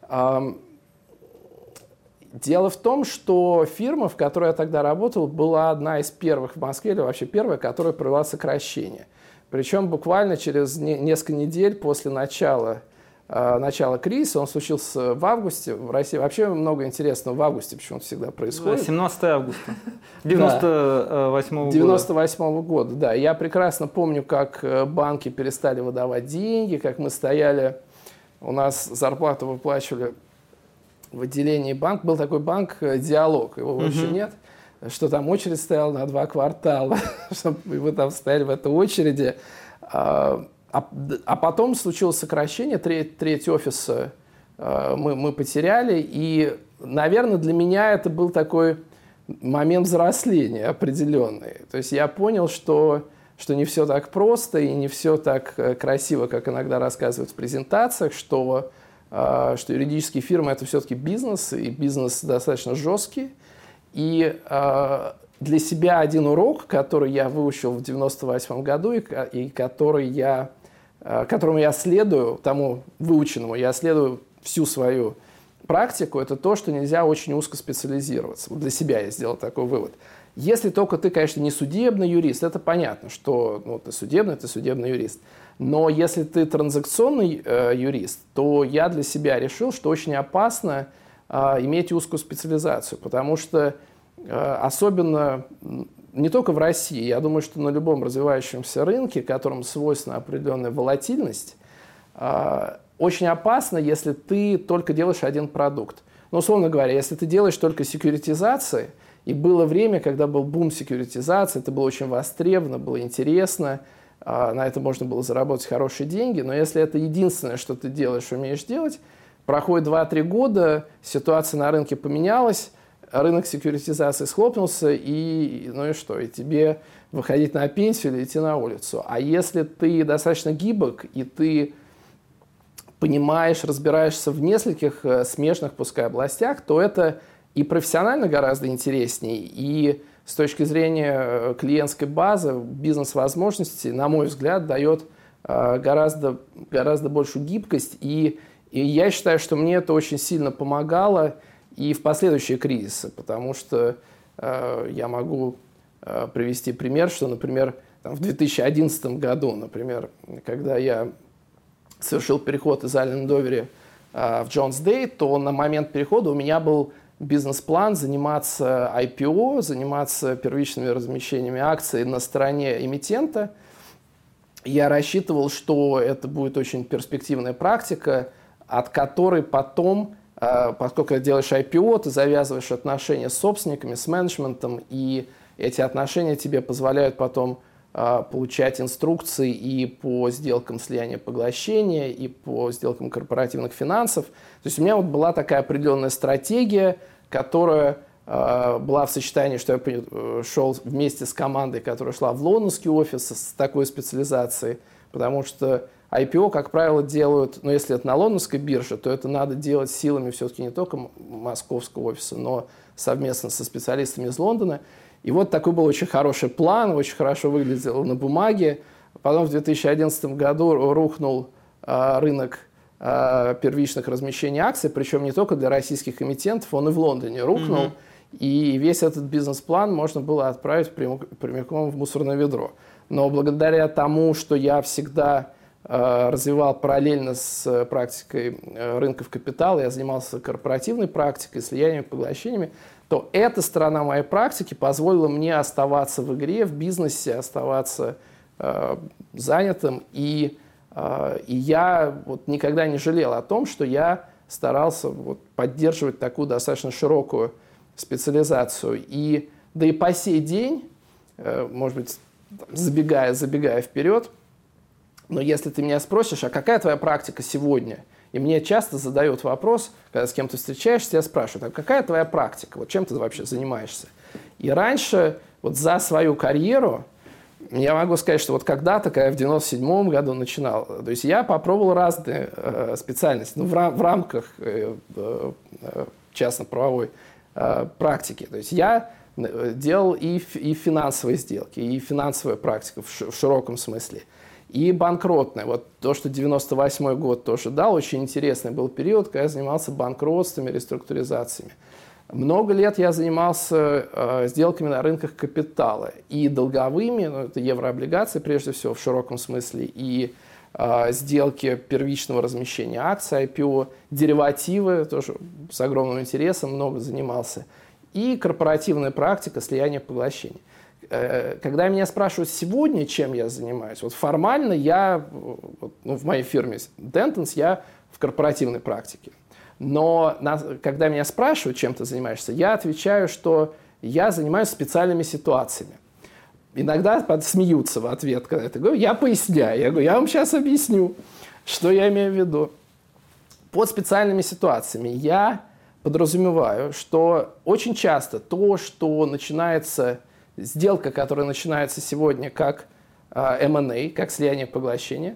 Дело в том, что фирма, в которой я тогда работал, была одна из первых в Москве, или вообще первая, которая провела сокращение. Причем буквально через несколько недель после начала начало кризиса, он случился в августе в России. Вообще много интересного в августе почему-то всегда происходит. семнадцатого августа девяносто восьмого года. девяносто восьмого года, да. Я прекрасно помню, как банки перестали выдавать деньги, как мы стояли, у нас зарплату выплачивали в отделении банка. Был такой банк «Диалог», его больше угу. нет, что там очередь стояла на два квартала, чтобы вы там стояли в этой очереди. А, а потом случилось сокращение, треть, треть офиса э, мы, мы потеряли, и, наверное, для меня это был такой момент взросления определенный. То есть я понял, что, что не все так просто и не все так красиво, как иногда рассказывают в презентациях, что, э, что юридические фирмы – это все-таки бизнес, и бизнес достаточно жесткий. И э, для себя один урок, который я выучил в девяносто восьмом году и, и который я... которому я следую, тому выученному, я следую всю свою практику, это то, что нельзя очень узко специализироваться. Вот для себя я сделал такой вывод. Если только ты, конечно, не судебный юрист, это понятно, что ну, ты судебный, ты судебный юрист. Но если ты транзакционный э, юрист, то я для себя решил, что очень опасно э, иметь узкую специализацию, потому что э, особенно... Не только в России, я думаю, что на любом развивающемся рынке, которому свойственна определенная волатильность, очень опасно, если ты только делаешь один продукт. Ну, условно говоря, если ты делаешь только секьюритизации, и было время, когда был бум секьюритизации, это было очень востребовано, было интересно, на это можно было заработать хорошие деньги, но если это единственное, что ты делаешь, умеешь делать, проходит два-три года, ситуация на рынке поменялась, рынок секьюритизации схлопнулся, и ну и что? И тебе выходить на пенсию или идти на улицу. А если ты достаточно гибок, и ты понимаешь, разбираешься в нескольких смежных, пускай, областях, то это и профессионально гораздо интереснее, и с точки зрения клиентской базы, бизнес-возможностей, на мой взгляд, дает гораздо, гораздо большую гибкость. И, и я считаю, что мне это очень сильно помогало и в последующие кризисы, потому что э, я могу э, привести пример, что, например, там, в две тысячи одиннадцатом году, например, когда я совершил переход из Аллен Довери э, в Джонс Дэй, то на момент перехода у меня был бизнес-план заниматься ай пи о, заниматься первичными размещениями акций на стороне эмитента. Я рассчитывал, что это будет очень перспективная практика, от которой потом, поскольку ты делаешь ай пи о, ты завязываешь отношения с собственниками, с менеджментом, и эти отношения тебе позволяют потом получать инструкции и по сделкам слияния поглощения, и по сделкам корпоративных финансов. То есть у меня вот была такая определенная стратегия, которая э, была в сочетании, что я шел вместе с командой, которая шла в лондонский офис с такой специализацией, потому что ай пи о, как правило, делают, ну, если это на лондонской бирже, то это надо делать силами все-таки не только московского офиса, но совместно со специалистами из Лондона. И вот такой был очень хороший план, очень хорошо выглядел на бумаге. Потом в две тысячи одиннадцатом году рухнул э, рынок э, первичных размещений акций, причем не только для российских эмитентов, он и в Лондоне рухнул. Mm-hmm. И весь этот бизнес-план можно было отправить прямиком в мусорное ведро. Но благодаря тому, что я всегда э, развивал параллельно с практикой э, рынков капитала, я занимался корпоративной практикой, слияниями, поглощениями, то эта сторона моей практики позволила мне оставаться в игре, в бизнесе, оставаться э, занятым. И, э, и я вот никогда не жалел о том, что я старался вот поддерживать такую достаточно широкую специализацию. И, да и по сей день, э, может быть, забегая, забегая вперед, но если ты меня спросишь, а какая твоя практика сегодня? И мне часто задают вопрос, когда с кем-то встречаешься, я спрашиваю, а какая твоя практика, вот чем ты вообще занимаешься? И раньше, вот за свою карьеру, я могу сказать, что вот когда-то, когда я в девяносто седьмом году начинал, то есть я попробовал разные э, специальности, ну, в, рам- в рамках э, э, частно-правовой э, практики. То есть я делал и, и финансовые сделки, и финансовая практика в, ш- в широком смысле. И банкротная. Вот то, что девяносто восьмой год тоже дал, очень интересный был период, когда я занимался банкротствами, реструктуризациями. Много лет я занимался э, сделками на рынках капитала. И долговыми, ну, это еврооблигации прежде всего в широком смысле, и э, сделки первичного размещения акций, ай пи о, деривативы, тоже с огромным интересом много занимался. И корпоративная практика слияния поглощения. Когда меня спрашивают сегодня, чем я занимаюсь, вот формально я, ну, в моей фирме Dentons, я в корпоративной практике. Но на, когда меня спрашивают, чем ты занимаешься, я отвечаю, что я занимаюсь специальными ситуациями. Иногда смеются в ответ, когда я это говорю. Я поясняю. Я говорю, я вам сейчас объясню, что я имею в виду. Под специальными ситуациями я подразумеваю, что очень часто то, что начинается... Сделка, которая начинается сегодня как эм энд эй, как слияние поглощения,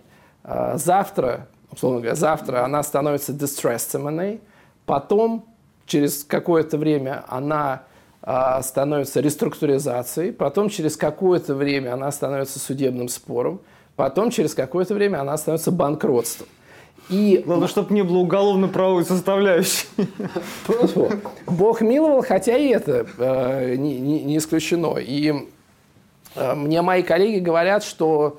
завтра, условно говоря, завтра она становится distressed эм энд эй, потом через какое-то время она становится реструктуризацией, потом через какое-то время она становится судебным спором, потом через какое-то время она становится банкротством. И... Главное, чтобы не было уголовно-правовой составляющей. Бог миловал, хотя и это э, не, не, не исключено. И э, мне мои коллеги говорят, что,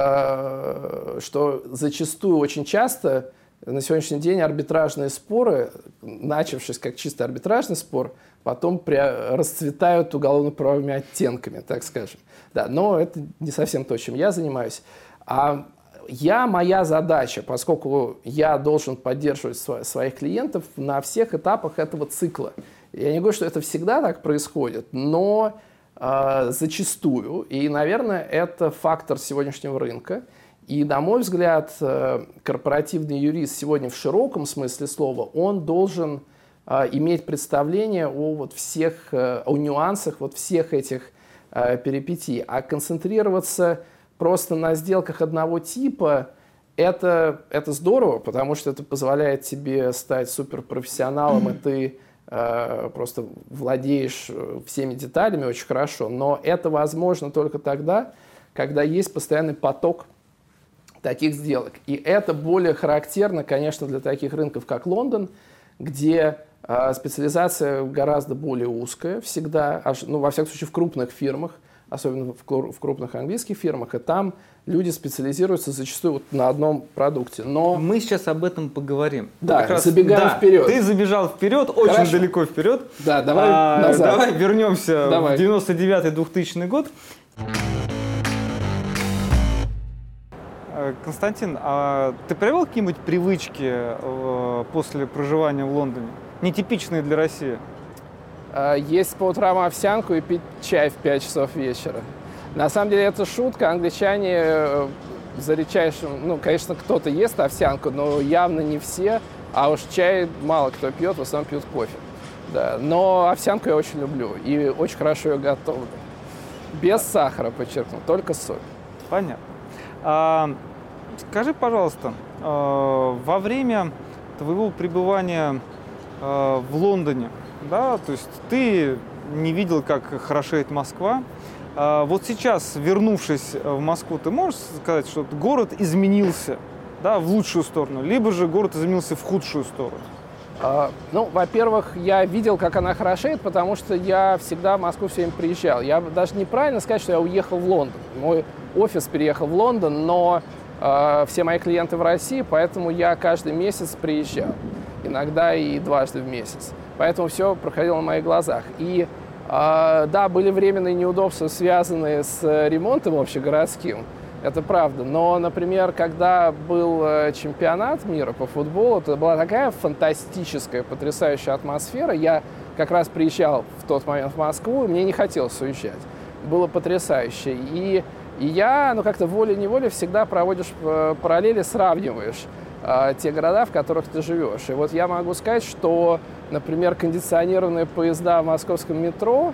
э, что зачастую, очень часто на сегодняшний день арбитражные споры, начавшись как чисто арбитражный спор, потом при, расцветают уголовно-правовыми оттенками, так скажем. Да, но это не совсем то, чем я занимаюсь. А Я, моя задача, поскольку я должен поддерживать сво- своих клиентов на всех этапах этого цикла. Я не говорю, что это всегда так происходит, но э, зачастую, и, наверное, это фактор сегодняшнего рынка. И, на мой взгляд, э, корпоративный юрист сегодня в широком смысле слова, он должен э, иметь представление о вот всех, э, о нюансах вот всех этих э, перипетий, а концентрироваться просто на сделках одного типа, Это, это здорово, потому что это позволяет тебе стать суперпрофессионалом, и ты э, просто владеешь всеми деталями очень хорошо. Но это возможно только тогда, когда есть постоянный поток таких сделок. И это более характерно, конечно, для таких рынков, как Лондон, где э, специализация гораздо более узкая всегда, аж, ну, во всяком случае, в крупных фирмах, особенно в, в крупных английских фирмах, и там люди специализируются зачастую вот на одном продукте. Но мы сейчас об этом поговорим. Да, как раз, забегаем да, вперед. Ты забежал вперед, очень Хорошо. далеко вперед. Да, давай а, назад. Давай вернемся давай. в девяносто девятый — двухтысячный год. Константин, а ты привел какие-нибудь привычки э, после проживания в Лондоне, нетипичные для России? Есть по утрам овсянку и пить чай в пять часов вечера. На самом деле это шутка. Англичане за редчайшим... Ну, конечно, кто-то ест овсянку, но явно не все. А уж чай мало кто пьет, в основном пьют кофе. Да. Но овсянку я очень люблю и очень хорошо ее готовлю. Без сахара, подчеркну, только соль. Понятно. А, скажи, пожалуйста, во время твоего пребывания в Лондоне, да, то есть ты не видел, как хорошеет Москва. А вот сейчас, вернувшись в Москву, ты можешь сказать, что город изменился, да, в лучшую сторону, либо же город изменился в худшую сторону? А, ну, во-первых, я видел, как она хорошеет, потому что я всегда в Москву все время приезжал. Я даже неправильно сказать, что я уехал в Лондон. Мой офис переехал в Лондон, но э, все мои клиенты в России, поэтому я каждый месяц приезжал. Иногда и дважды в месяц. Поэтому все проходило на моих глазах. И э, да, были временные неудобства, связанные с ремонтом общегородским. Это правда. Но, например, когда был чемпионат мира по футболу, это была такая фантастическая, потрясающая атмосфера. Я как раз приезжал в тот момент в Москву, и мне не хотелось уезжать. Было потрясающе. И, и я, ну, как-то волей-неволей всегда проводишь параллели, сравниваешь э, те города, в которых ты живешь. И вот я могу сказать, что, например, кондиционированные поезда в московском метро,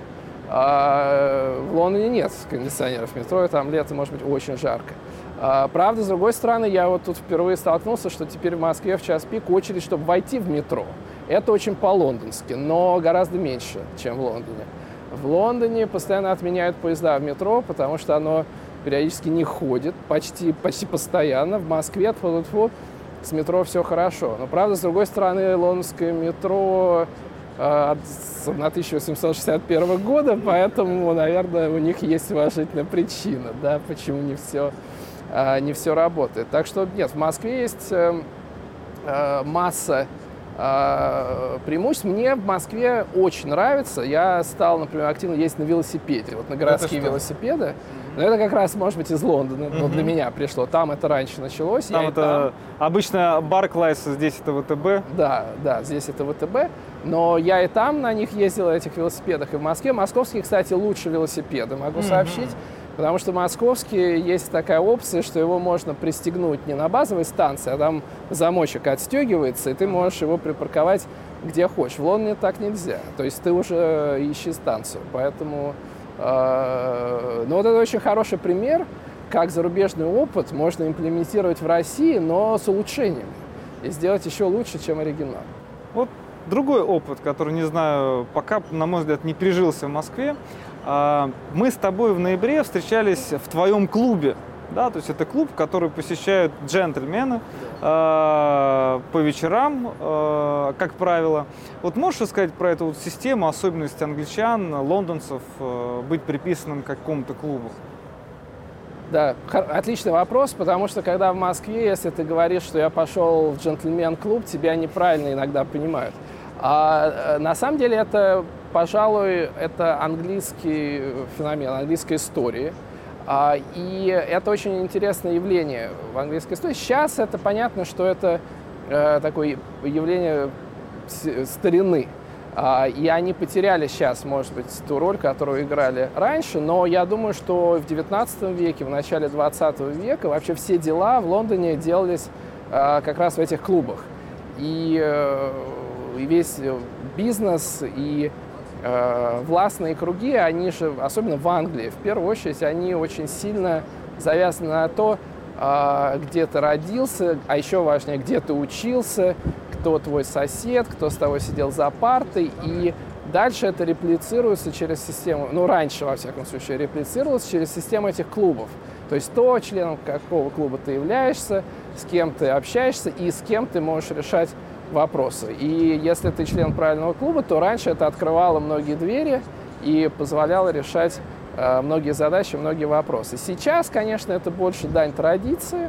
а в Лондоне нет кондиционеров в метро, и там летом может быть очень жарко. А, правда, с другой стороны, я вот тут впервые столкнулся, что теперь в Москве в час пик очередь, чтобы войти в метро. Это очень по-лондонски, но гораздо меньше, чем в Лондоне. В Лондоне постоянно отменяют поезда в метро, потому что оно периодически не ходит, почти, почти постоянно. В Москве тьфу-тьфу, с метро все хорошо. Но, правда, с другой стороны, лондонское метро от тысяча восемьсот шестьдесят первого года, поэтому, наверное, у них есть уважительная причина, да, почему не все, не все работает. Так что нет, в Москве есть масса преимуществ. Мне в Москве очень нравится. Я стал, например, активно ездить на велосипеде, вот на городские велосипеды. Но это как раз, может быть, из Лондона, mm-hmm. но для меня пришло. Там это раньше началось. Там я это там... обычно Барклайс, здесь это ВТБ. Да, да, здесь это ВТБ. Но я и там на них ездил, на этих велосипедах, и в Москве. Московские, кстати, лучше велосипеды, могу mm-hmm. сообщить. Потому что московские есть такая опция, что его можно пристегнуть не на базовой станции, а там замочек отстегивается, и ты можешь его припарковать где хочешь. В Лондоне так нельзя. То есть ты уже ищи станцию. Поэтому... Э, ну вот это очень хороший пример, как зарубежный опыт можно имплементировать в России, но с улучшениями. И сделать еще лучше, чем оригинал. Вот другой опыт, который, не знаю, пока, на мой взгляд, не прижился в Москве. Мы с тобой в ноябре встречались в твоем клубе, да, то есть это клуб, который посещают джентльмены э, по вечерам, э, как правило. Вот можешь рассказать про эту вот систему, особенность англичан, лондонцев, э, быть приписанным к какому-то клубу? Да, отличный вопрос, потому что когда в Москве, если ты говоришь, что я пошел в джентльмен-клуб, тебя неправильно иногда понимают. А на самом деле это, пожалуй, это английский феномен, английской истории. А, и это очень интересное явление в английской истории. Сейчас это понятно, что это э, такое явление старины. А, и они потеряли сейчас, может быть, ту роль, которую играли раньше. Но я думаю, что в девятнадцатом веке, в начале двадцатого века вообще все дела в Лондоне делались э, как раз в этих клубах. И э, и весь бизнес, и э, властные круги, они же, особенно в Англии, в первую очередь, они очень сильно завязаны на то, где ты родился, а еще важнее, где ты учился, кто твой сосед, кто с тобой сидел за партой, и дальше это реплицируется через систему, ну, раньше, во всяком случае, реплицировалось через систему этих клубов. То есть то, членом какого клуба ты являешься, с кем ты общаешься и с кем ты можешь решать вопросы. И если ты член правильного клуба, то раньше это открывало многие двери и позволяло решать э, многие задачи, многие вопросы. Сейчас, конечно, это больше дань традиции.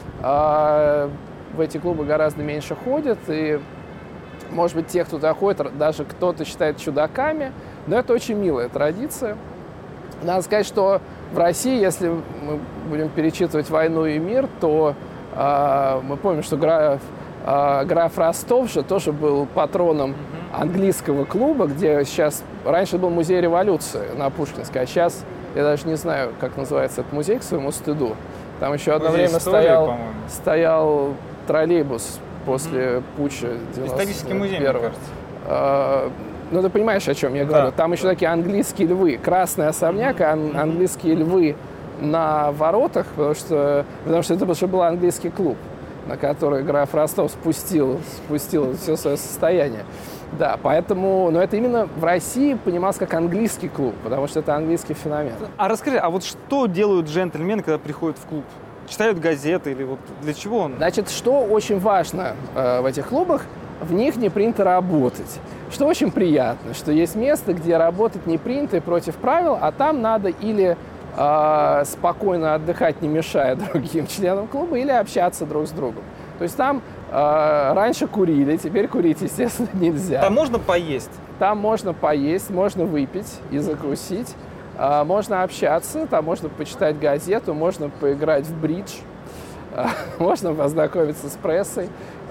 Э, в эти клубы гораздо меньше ходят, и, может быть, те, кто туда ходит, даже кто-то считает чудаками, но это очень милая традиция. Надо сказать, что в России, если мы будем перечитывать «Войну и мир», то э, мы помним, что граф, э, граф Ростов же тоже был патроном английского клуба, где сейчас... Раньше был музей революции на Пушкинской, а сейчас, я даже не знаю, как называется этот музей, к своему стыду. Там еще одно музей время истории, стоял, стоял троллейбус после mm-hmm. путча девяносто первого. Исторический музей, мне кажется. Э, Ну, ты понимаешь, о чем я говорю. Да. Там еще такие английские львы. Красный особняк, ан- английские львы на воротах, потому что, потому что это уже был английский клуб, на который граф Ростов спустил, спустил все свое состояние. Да, поэтому, но это именно в России понималось как английский клуб, потому что это английский феномен. А расскажи, а вот что делают джентльмены, когда приходят в клуб? Читают газеты или вот для чего он? Значит, что очень важно э, в этих клубах, в них не принято работать. Что очень приятно, что есть место, где работать не принято и против правил, а там надо или э, спокойно отдыхать, не мешая другим членам клуба, или общаться друг с другом. То есть там э, раньше курили, теперь курить, естественно, нельзя. Там можно поесть? Там можно поесть, можно выпить и закусить, э, можно общаться, там можно почитать газету, можно поиграть в бридж, э, можно познакомиться с прессой.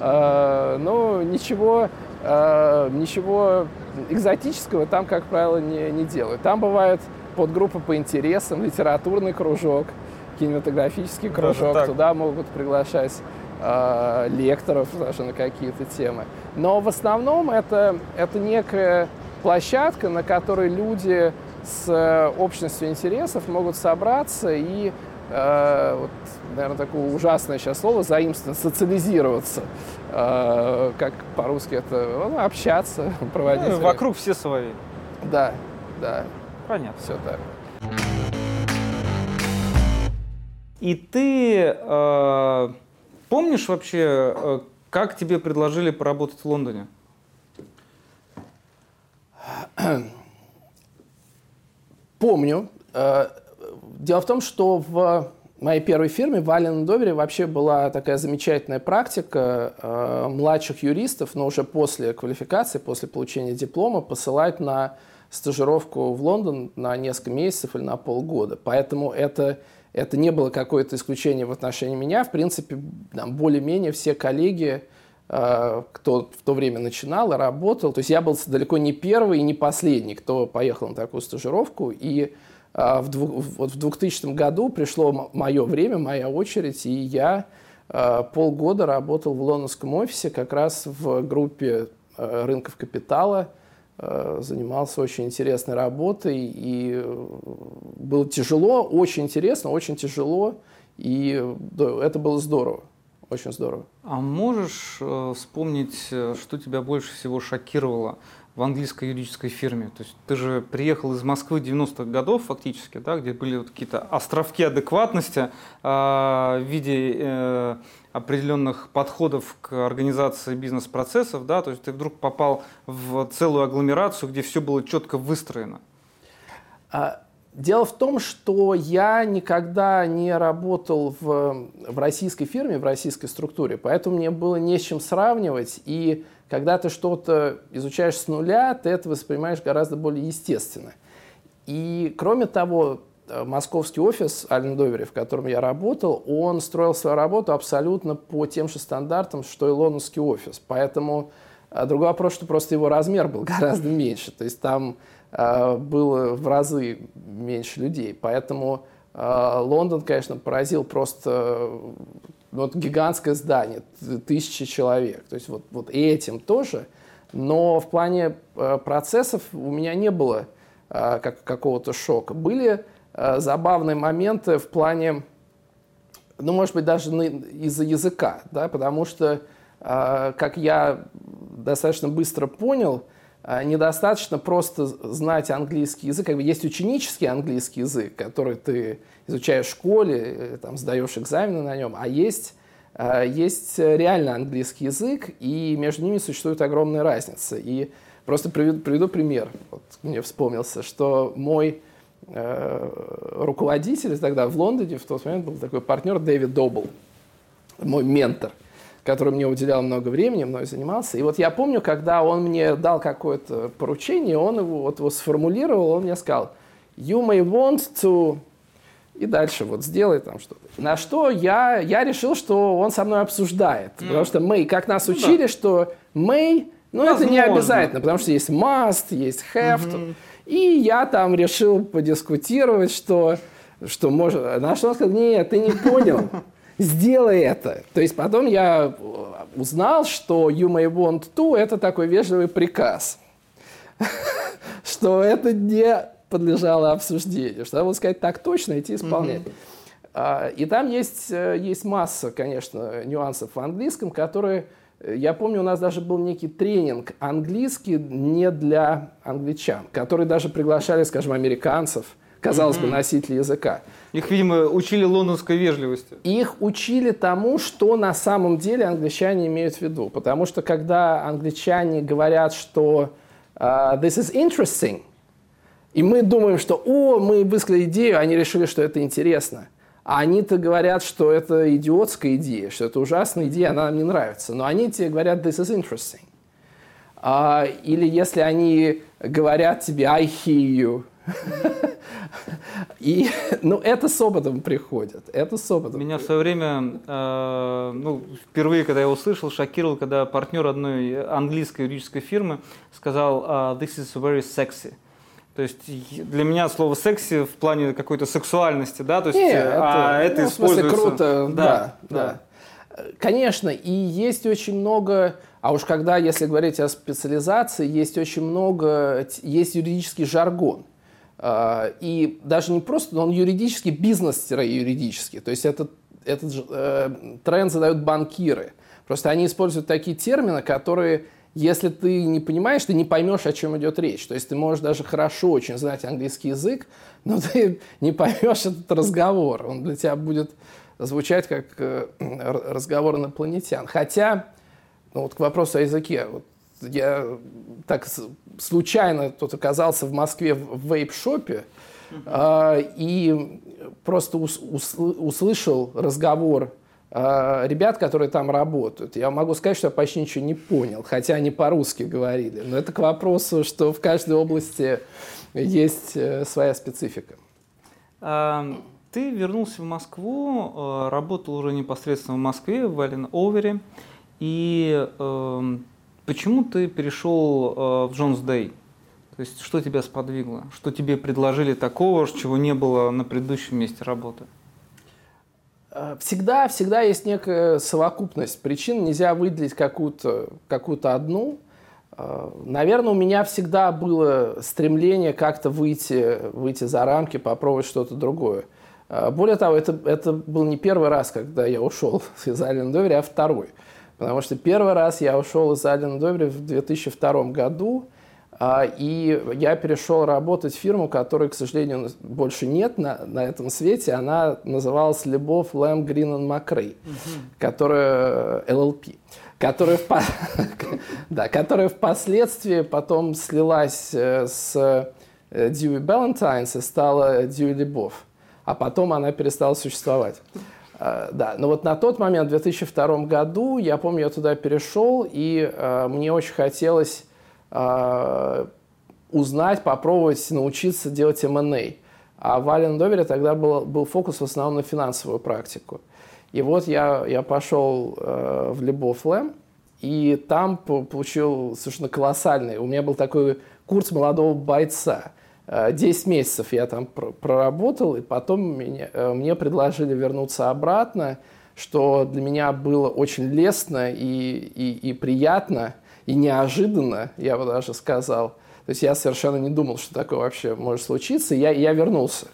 Э, ну, ничего... Uh, ничего экзотического там, как правило, не, не делают. Там бывают подгруппы по интересам, литературный кружок, кинематографический кружок. Туда могут приглашать uh, лекторов даже на какие-то темы. Но в основном это, это некая площадка, на которой люди с общностью интересов могут собраться и, uh, вот, наверное, такое ужасное сейчас слово, заимственно, социализироваться. Как по-русски это, ну, общаться, проводить. Ну, вокруг все свои. Да, да. Понятно. Все так. И ты э, помнишь вообще, э, как тебе предложили поработать в Лондоне? Помню. Дело в том, что в в моей первой фирме в Аллен Довере вообще была такая замечательная практика э, младших юристов, но уже после квалификации, после получения диплома, посылать на стажировку в Лондон на несколько месяцев или на полгода. Поэтому это, это не было какое-то исключение в отношении меня. В принципе, там, более-менее все коллеги, э, кто в то время начинал и работал, то есть я был далеко не первый и не последний, кто поехал на такую стажировку. И В, двух, вот в двухтысячном году пришло мое время, моя очередь, и я э, полгода работал в лондонском офисе как раз в группе э, рынков капитала, э, занимался очень интересной работой, и было тяжело, очень интересно, очень тяжело, и да, это было здорово, очень здорово. А можешь э, вспомнить, что тебя больше всего шокировало в английской юридической фирме? То есть ты же приехал из Москвы девяностых годов фактически, да, где были вот какие-то островки адекватности э, в виде э, определенных подходов к организации бизнес-процессов, да, то есть ты вдруг попал в целую агломерацию, где все было четко выстроено. Дело в том, что я никогда не работал в, в российской фирме, в российской структуре, поэтому мне было не с чем сравнивать, и когда ты что-то изучаешь с нуля, ты это воспринимаешь гораздо более естественно. И кроме того, московский офис Аллен Довере, в котором я работал, он строил свою работу абсолютно по тем же стандартам, что и лондонский офис. Поэтому другой вопрос, что просто его размер был гораздо меньше. То есть там э, было в разы меньше людей. Поэтому э, Лондон, конечно, поразил просто э, вот гигантское здание, тысячи человек. То есть вот, вот этим тоже. Но в плане э, процессов у меня не было э, как, какого-то шока. Были э, забавные моменты в плане ну, может быть, даже из-за языка, да, потому что, как я достаточно быстро понял, недостаточно просто знать английский язык. Как бы есть ученический английский язык, который ты изучаешь в школе, там, сдаешь экзамены на нем, а есть, есть реально английский язык, и между ними существует огромная разница. И просто приведу, приведу пример. Вот мне вспомнился, что мой э, руководитель тогда в Лондоне в тот момент был такой партнер Дэвид Добл, мой ментор, который мне уделял много времени, мной занимался. И вот я помню, когда он мне дал какое-то поручение, он его, вот, его сформулировал, он мне сказал, you may want to... И дальше вот сделай там что-то. На что я, я решил, что он со мной обсуждает. Mm. Потому что may, как нас ну, учили, да. что may, ну Возможно. Это не обязательно, потому что есть must, есть have. Mm-hmm. И я там решил подискутировать, что, что может... На что он сказал, нет, ты не понял. Сделай это. То есть потом я узнал, что you may want to – это такой вежливый приказ. Что это не подлежало обсуждению. Что надо было сказать так точно, идти исполнять. Mm-hmm. И там есть, есть масса, конечно, нюансов в английском, которые... Я помню, у нас даже был некий тренинг английский не для англичан, который даже приглашали, скажем, американцев, казалось mm-hmm. бы, носители языка. Их, видимо, учили лондонской вежливости. Их учили тому, что на самом деле англичане имеют в виду. Потому что когда англичане говорят, что uh, this is interesting, и мы думаем, что о, мы высказали идею, они решили, что это интересно. А они-то говорят, что это идиотская идея, что это ужасная идея, она нам не нравится. Но они тебе говорят this is interesting. Uh, или если они говорят тебе I hear you, И, ну, это с опытом приходит. Это с опытом. Меня в свое время, э, ну, впервые, когда я услышал, шокировал, когда партнер одной английской юридической фирмы сказал «This is very sexy». То есть для меня слово «секси» в плане какой-то сексуальности, да? То есть, Нет, это, а это ну, используется... в смысле, круто, да, да, да. да. Конечно, и есть очень много... А уж когда, если говорить о специализации, есть очень много... Есть юридический жаргон. И даже не просто, но он юридический, бизнес-юридический. То есть этот, этот э, тренд задают банкиры. Просто они используют такие термины, которые, если ты не понимаешь, ты не поймешь, о чем идет речь. То есть ты можешь даже хорошо очень знать английский язык, но ты не поймешь этот разговор. Он для тебя будет звучать как э, разговор инопланетян. Хотя, ну вот к вопросу о языке. Вот я так случайно тут оказался в Москве в вейп-шопе uh-huh. э, и просто ус, ус, услышал разговор э, ребят, которые там работают. Я могу сказать, что я почти ничего не понял, хотя они по-русски говорили. Но это к вопросу, что в каждой области есть э, своя специфика. Uh, ты вернулся в Москву, э, работал уже непосредственно в Москве, в Аллен-Овере. И... Э, Почему ты перешел э, в Джонс Дэй? То есть, что тебя сподвигло? Что тебе предложили такого, чего не было на предыдущем месте работы? Всегда, всегда есть некая совокупность причин. Нельзя выделить какую-то, какую-то одну. Наверное, у меня всегда было стремление как-то выйти, выйти за рамки, попробовать что-то другое. Более того, это, это был не первый раз, когда я ушел из Аллен-Овере, а второй. Потому что первый раз я ушел из Аллен-Овере в две тысячи втором году, и я перешел работать в фирму, которой, к сожалению, больше нет на, на этом свете. Она называлась Лебов, Лэм, Грин и Макрей, uh-huh. которая эл эл пи, которая, да, которая впоследствии потом слилась с Дьюи Баллантайнс и стала Дьюи Лебов, а потом она перестала существовать. Uh, да, но вот на тот момент, в две тысячи втором году, я помню, я туда перешел, и uh, мне очень хотелось uh, узнать, попробовать научиться делать эм энд эй. А в Аллен-Овере тогда был, был фокус в основном на финансовую практику. И вот я, я пошел uh, в Лебов Лэм, и там получил совершенно колоссальный. У меня был такой курс молодого бойца. десять месяцев я там проработал, и потом меня, мне предложили вернуться обратно, что для меня было очень лестно и, и, и приятно, и неожиданно, я бы даже сказал. То есть я совершенно не думал, что такое вообще может случиться, и я, я вернулся.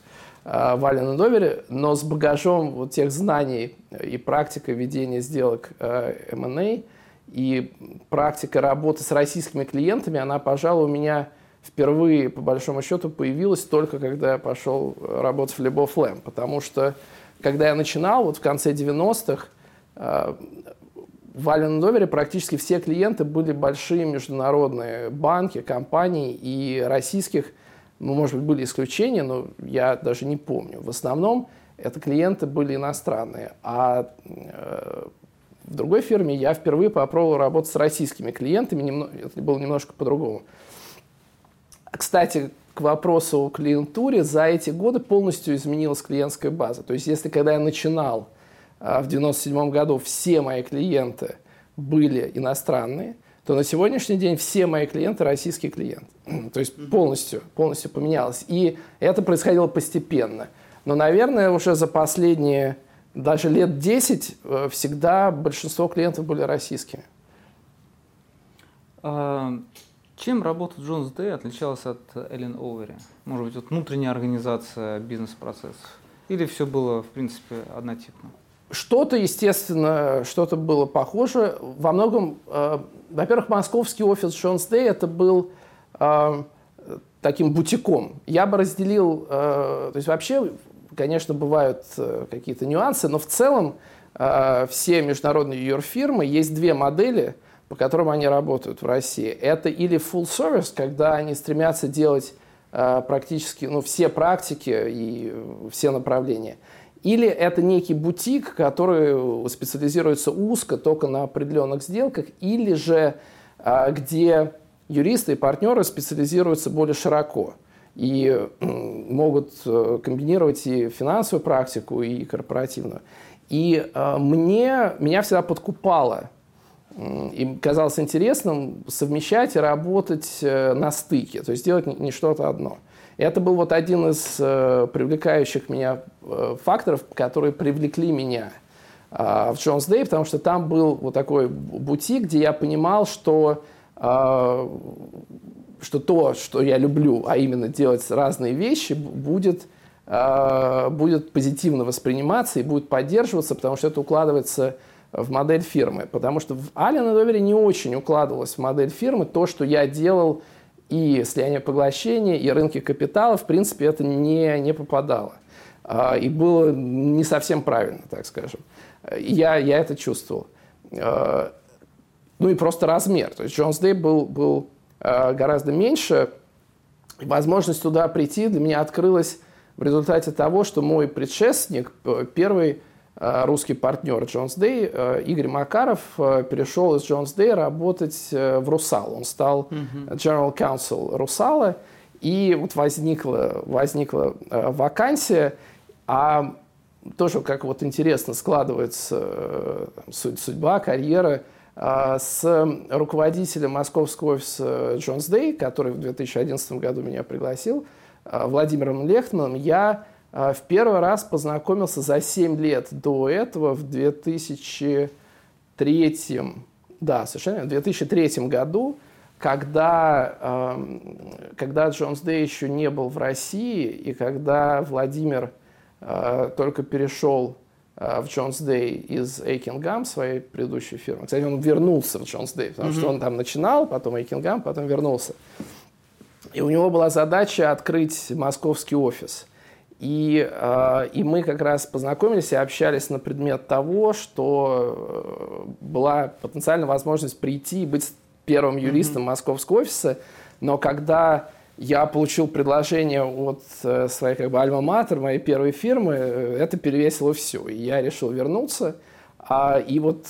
э, в Аллен энд Овери, но с багажом вот тех знаний и практикой ведения сделок э, эм энд эй и практика работы с российскими клиентами, она, пожалуй, у меня впервые, по большому счету, появилась только когда я пошел работать в Лебов Лэм. Потому что, когда я начинал, вот в конце девяностых, э, в Аллен энд Овери практически все клиенты были большие международные банки, компании, и российских, ну, может быть, были исключения, но я даже не помню. В основном это клиенты были иностранные. А э, в другой фирме я впервые попробовал работать с российскими клиентами, немного, это было немножко по-другому. Кстати, к вопросу о клиентуре, за эти годы полностью изменилась клиентская база. То есть, если когда я начинал в девяносто седьмом году все мои клиенты были иностранные, то на сегодняшний день все мои клиенты российские клиенты. То есть полностью, полностью поменялось. И это происходило постепенно. Но, наверное, уже за последние даже лет десять всегда большинство клиентов были российскими. Чем работа Джонс Дэй отличалась от Аллен Овери? Может быть, вот внутренняя организация бизнес-процессов? Или все было, в принципе, однотипно? Что-то, естественно, что-то было похоже. Во многом, э, во-первых, московский офис Джонс Дэй это был э, таким бутиком. Я бы разделил, э, то есть вообще, конечно, бывают э, какие-то нюансы, но в целом э, все международные юрфирмы, есть две модели, по которым они работают в России. Это или full service, когда они стремятся делать э, практически ну, все практики и все направления. Или это некий бутик, который специализируется узко только на определенных сделках, или же э, где юристы и партнеры специализируются более широко и э, могут э, комбинировать и финансовую практику, и корпоративную. И э, мне, меня всегда подкупало, им казалось интересным совмещать и работать на стыке, то есть делать не что-то одно. И это был вот один из привлекающих меня факторов, которые привлекли меня в Джонс Дэй, потому что там был вот такой бутик, где я понимал, что, что то, что я люблю, а именно делать разные вещи, будет, будет позитивно восприниматься и будет поддерживаться, потому что это укладывается в модель фирмы, потому что в Аллен энд Овери не очень укладывалось в модель фирмы то, что я делал, и слияние поглощения, и рынки капитала, в принципе, это не, не попадало. И было не совсем правильно, так скажем. Я, я это чувствовал. Ну и просто размер. То есть Джонс Дэй был, был гораздо меньше. Возможность туда прийти для меня открылась в результате того, что мой предшественник, первый русский партнер Джонс Дэй, Игорь Макаров, перешел из Джонс Дэй работать в Русал. Он стал General Counsel Русала, и вот возникла, возникла вакансия, а тоже как вот интересно складывается судьба, карьера с руководителем московского офиса Джонс Дэй, который в две тысячи одиннадцатом году меня пригласил, Владимиром Лехтманом. Я в первый раз познакомился за семь лет до этого, в две тысячи третьем, да, совершенно, в две тысячи третьем году, когда, когда Джонс Дэй еще не был в России, и когда Владимир только перешел в Джонс Дэй из Эйкингам, своей предыдущей фирмы. Кстати, он вернулся в Джонс Дэй, потому mm-hmm. что он там начинал, потом Эйкингам, потом вернулся. И у него была задача открыть московский офис. И, э, и мы как раз познакомились и общались на предмет того, что э, была потенциальная возможность прийти и быть первым юристом mm-hmm. московского офиса. Но когда я получил предложение от э, своей как бы альма-матер, моей первой фирмы, э, это перевесило все. И я решил вернуться. А, и вот,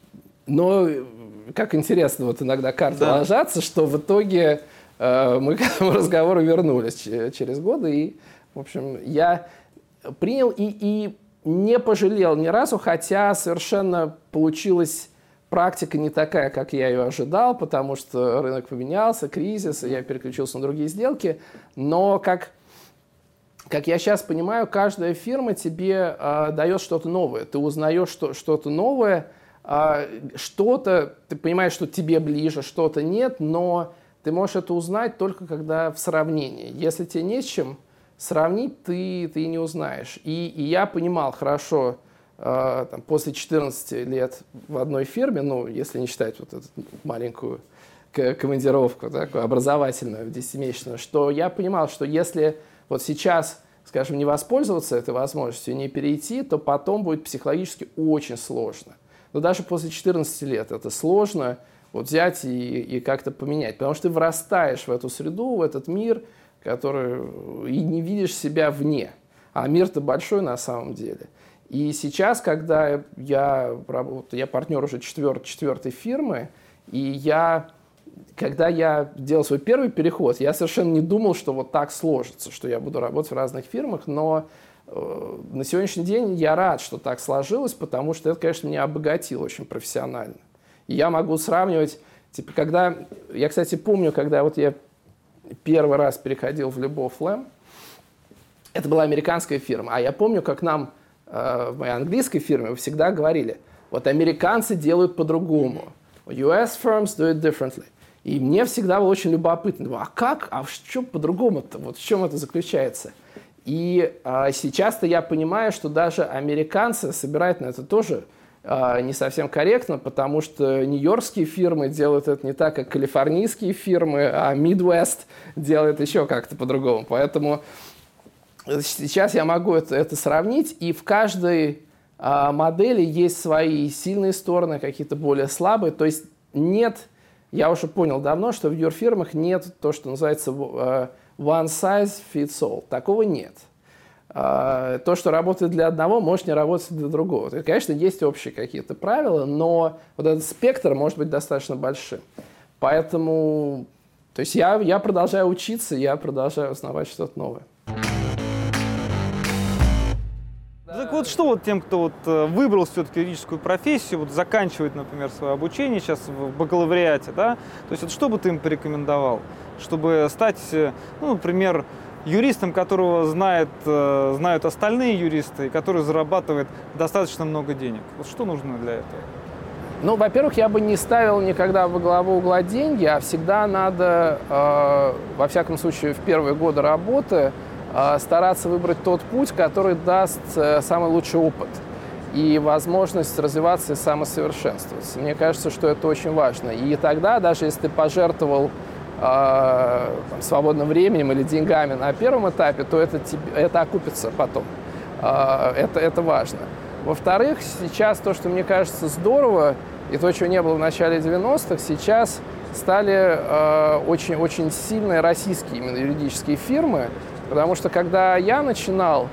но как интересно вот иногда карты да. ложатся, что в итоге э, мы к этому разговору вернулись через годы. И в общем, я принял и, и не пожалел ни разу, хотя совершенно получилась практика не такая, как я ее ожидал, потому что рынок поменялся, кризис, и я переключился на другие сделки. Но, как, как я сейчас понимаю, каждая фирма тебе э, дает что-то новое. Ты узнаешь что, что-то новое, э, что-то, ты понимаешь, что тебе ближе, что-то нет, но ты можешь это узнать только когда в сравнении. Если тебе не с чем сравнить ты, ты не узнаешь. И, и я понимал хорошо, э, там, после четырнадцати лет в одной фирме, ну, если не считать вот эту маленькую командировку, такую образовательную, десятимесячную, что я понимал, что если вот сейчас, скажем, не воспользоваться этой возможностью, не перейти, то потом будет психологически очень сложно. Но даже после четырнадцати лет это сложно вот взять и, и как-то поменять, потому что ты врастаешь в эту среду, в этот мир, который и не видишь себя вне. А мир-то большой на самом деле. И сейчас, когда я, я партнер уже четвер, четвертой фирмы, и я, когда я делал свой первый переход, я совершенно не думал, что вот так сложится, что я буду работать в разных фирмах, но э, на сегодняшний день я рад, что так сложилось, потому что это, конечно, меня обогатило очень профессионально. И я могу сравнивать, типа, когда, я, кстати, помню, когда вот я первый раз переходил в Любовь Лэм, это была американская фирма, а я помню, как нам э, в моей английской фирме всегда говорили, вот американцы делают по-другому, ю эс firms do it differently. И мне всегда было очень любопытно, думаю, а как, а что по-другому-то, вот в чем это заключается? И э, сейчас-то я понимаю, что даже американцы собирают на это тоже э, не совсем корректно, потому что нью-йоркские фирмы делают это не так, как калифорнийские фирмы, а Midwest делает еще как-то по-другому. Поэтому сейчас я могу это, это сравнить, и в каждой э, модели есть свои сильные стороны, какие-то более слабые. То есть нет, я уже понял давно, что в юрфирмах нет то, что называется э, one size fits all. Такого нет. Э, то, что работает для одного, может не работать для другого. То есть, конечно, есть общие какие-то правила, но вот этот спектр может быть достаточно большим. Поэтому то есть я, я продолжаю учиться, я продолжаю узнавать что-то новое. Так вот что вот тем, кто вот выбрал все-таки юридическую профессию, вот заканчивает, например, свое обучение сейчас в бакалавриате, да, то есть вот что бы ты им порекомендовал, чтобы стать, ну, например, юристом, которого знает, знают остальные юристы, и который зарабатывает достаточно много денег? Вот что нужно для этого? Ну, во-первых, я бы не ставил никогда во главу угла деньги, а всегда надо, э, во всяком случае, в первые годы работы стараться выбрать тот путь, который даст самый лучший опыт и возможность развиваться и самосовершенствоваться. Мне кажется, что это очень важно. И тогда, даже если ты пожертвовал э, там, свободным временем или деньгами на первом этапе, то это, тебе, это окупится потом. Э, это, это важно. Во-вторых, сейчас то, что мне кажется здорово, и то, чего не было в начале девяностых, сейчас стали э, очень, очень сильные российские именно юридические фирмы. Потому что, когда я начинал,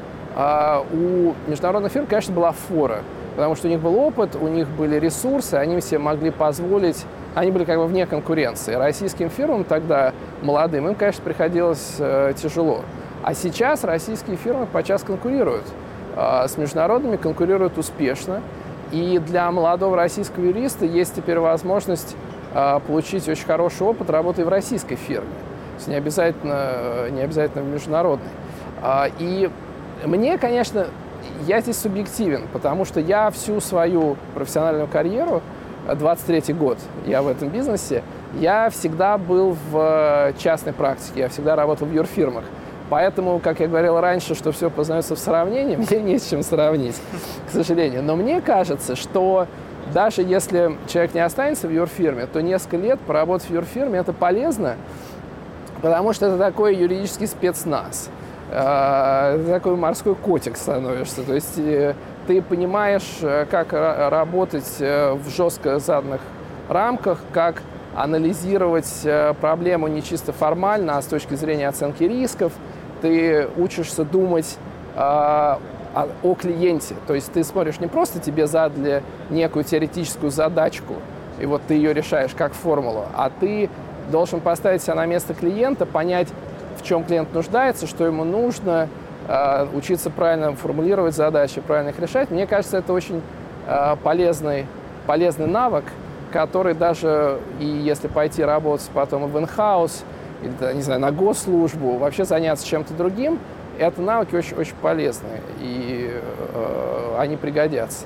у международных фирм, конечно, была фора. Потому что у них был опыт, у них были ресурсы, они себе могли позволить, они были как бы вне конкуренции. Российским фирмам тогда, молодым, им, конечно, приходилось тяжело. А сейчас российские фирмы подчас конкурируют. С международными конкурируют успешно. И для молодого российского юриста есть теперь возможность получить очень хороший опыт работы в российской фирме. Не обязательно, не обязательно в международной. И мне, конечно, я здесь субъективен, потому что я всю свою профессиональную карьеру, двадцать третий год я в этом бизнесе, я всегда был в частной практике, я всегда работал в юрфирмах. Поэтому, как я говорил раньше, что все познается в сравнении, мне не с чем сравнить, к сожалению. Но мне кажется, что даже если человек не останется в юрфирме, то несколько лет поработать в юрфирме – это полезно, потому что это такой юридический спецназ. Ты такой морской котик становишься. То есть ты понимаешь, как работать в жестко заданных рамках, как анализировать проблему не чисто формально, а с точки зрения оценки рисков. Ты учишься думать о клиенте. То есть ты смотришь, не просто тебе задали некую теоретическую задачку, и вот ты ее решаешь как формулу, а ты должен поставить себя на место клиента, понять, в чем клиент нуждается, что ему нужно, э, учиться правильно формулировать задачи, правильно их решать. Мне кажется, это очень э, полезный, полезный навык, который даже, и если пойти работать потом в in-house, или, не знаю, на госслужбу, вообще заняться чем-то другим, это навыки очень, очень полезные, и э, они пригодятся.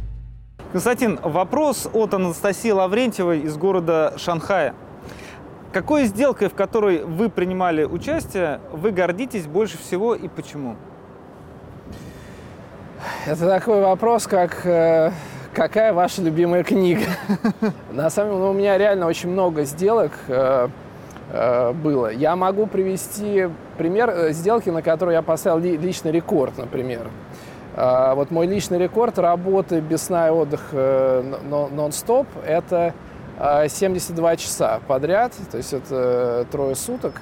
Константин, вопрос от Анастасии Лаврентьевой из города Шанхая. какой сделкой, в которой вы принимали участие, вы гордитесь больше всего и почему? Это такой вопрос, как э, какая ваша любимая книга? На самом деле, ну, у меня реально очень много сделок э, э, было. Я могу привести пример сделки, на которую я поставил ли, личный рекорд, например. Э, вот мой личный рекорд работы без сна и отдыха э, нон-стоп – это э, семьдесят два часа подряд, то есть это трое суток.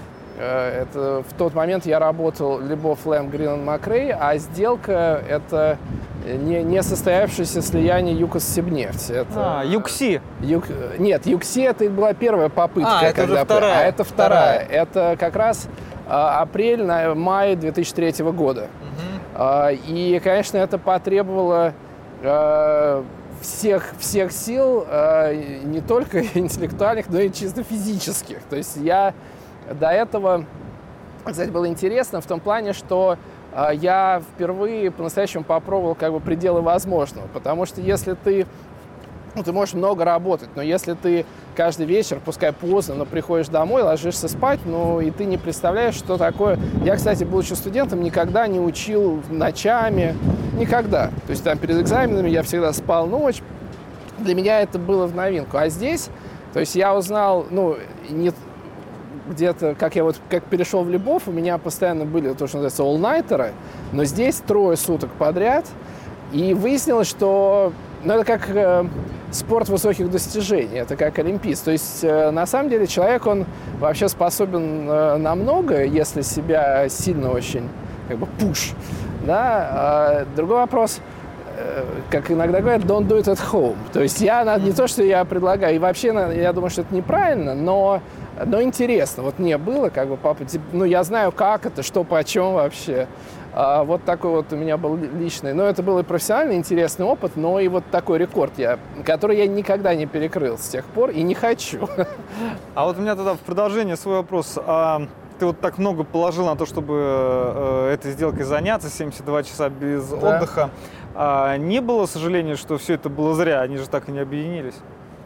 Это в тот момент я работал Любовь Лэм, Грин Макрей, а сделка – это не, не состоявшееся слияние ЮКОС-Сибнефть. Это, а, ЮКСИ. Юк, нет, ЮКСИ – это была первая попытка. А, это когда, уже вторая. А это вторая. вторая. Это как раз а, апрель-май две тысячи третьего года. Угу. А, и, конечно, это потребовало а, всех, всех сил, а, не только интеллектуальных, но и чисто физических. То есть я… До этого, кстати, было интересно в том плане, что э, я впервые по-настоящему попробовал как бы пределы возможного. Потому что если ты, ну, ты можешь много работать, но если ты каждый вечер, пускай поздно, но приходишь домой, ложишься спать, ну и ты не представляешь, что такое. Я, кстати, будучи студентом, никогда не учил ночами, никогда. То есть там перед экзаменами я всегда спал ночь. Для меня это было в новинку. А здесь, то есть я узнал, ну, не где-то, как я вот как перешел в Любовь, у меня постоянно были то, что называется all-nighter'ы, но здесь трое суток подряд, и выяснилось, что ну, это как э, спорт высоких достижений, это как олимпист. То есть э, на самом деле человек, он вообще способен э, на многое, если себя сильно очень как бы пуш. Да? А другой вопрос, э, как иногда говорят, don't do it at home. То есть я не то, что я предлагаю, и вообще я думаю, что это неправильно, но Но интересно, вот мне было, как бы, папа, ну, я знаю, как это, что, почем вообще. А, вот такой вот у меня был личный. Но это был и профессиональный интересный опыт, но и вот такой рекорд, я, который я никогда не перекрыл с тех пор и не хочу. А вот у меня тогда в продолжение свой вопрос. А ты вот так много положил на то, чтобы э, этой сделкой заняться, семьдесят два часа без да. отдыха. А не было сожаления, что все это было зря, они же так и не объединились?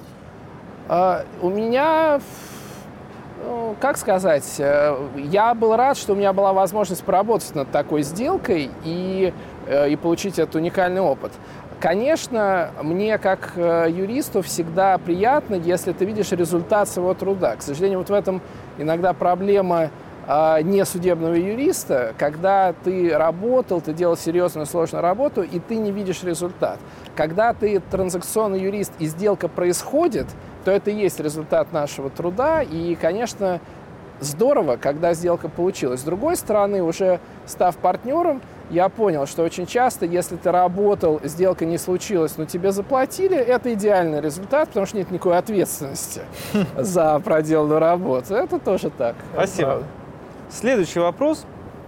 А, у меня... Ну, как сказать, я был рад, что у меня была возможность поработать над такой сделкой и, и получить этот уникальный опыт. Конечно, мне как юристу всегда приятно, если ты видишь результат своего труда. К сожалению, вот в этом иногда проблема не судебного юриста, когда ты работал, ты делал серьезную сложную работу, и ты не видишь результат. Когда ты транзакционный юрист и сделка происходит, то это и есть результат нашего труда. И, конечно, здорово, когда сделка получилась. С другой стороны, уже став партнером, я понял, что очень часто, если ты работал, сделка не случилась, но тебе заплатили, это идеальный результат, потому что нет никакой ответственности за проделанную работу. Это тоже так. Спасибо. Следующий вопрос.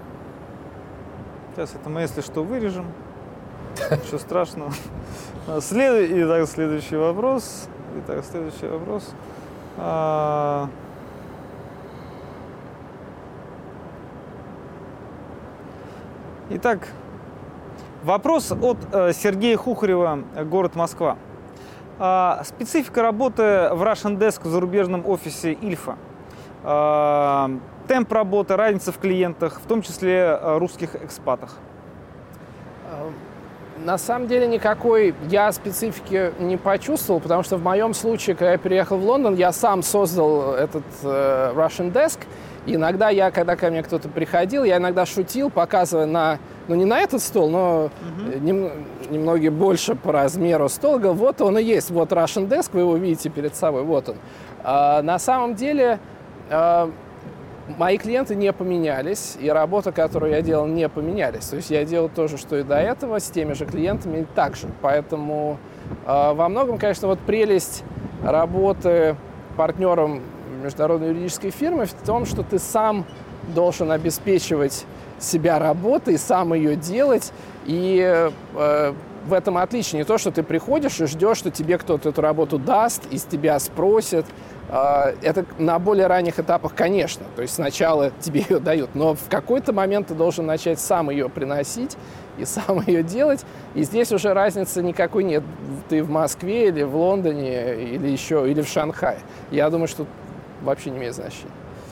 Сейчас это мы, если что, вырежем. Ничего страшного. След... Итак, следующий вопрос. Итак, следующий вопрос. А... Итак, вопрос от э, Сергея Хухарева, город Москва. А, специфика работы в Russian Desk в зарубежном офисе Ильфа. А, темп работы, разница в клиентах, в том числе э, русских экспатах. На самом деле никакой я специфики не почувствовал, потому что в моем случае, когда я переехал в Лондон, я сам создал этот э, Russian Desk. И иногда я, когда ко мне кто-то приходил, я иногда шутил, показывая на, ну не на этот стол, но uh-huh. нем, немного больше по размеру стол, говорил, вот он и есть, вот Russian Desk, вы его видите перед собой, вот он. А, на самом деле а, мои клиенты не поменялись, и работа, которую я делал, не поменялись. То есть я делал то же, что и до этого, с теми же клиентами и так же. Поэтому а, во многом, конечно, вот прелесть работы партнером международной юридической фирмы в том, что ты сам должен обеспечивать себя работой, сам ее делать. И э, в этом отличие не то, что ты приходишь и ждешь, что тебе кто-то эту работу даст, из тебя спросит. Э, это на более ранних этапах, конечно. То есть сначала тебе ее дают, но в какой-то момент ты должен начать сам ее приносить и сам ее делать. И здесь уже разницы никакой нет. Ты в Москве или в Лондоне, или еще, или в Шанхае. Я думаю, что вообще не имеет значения.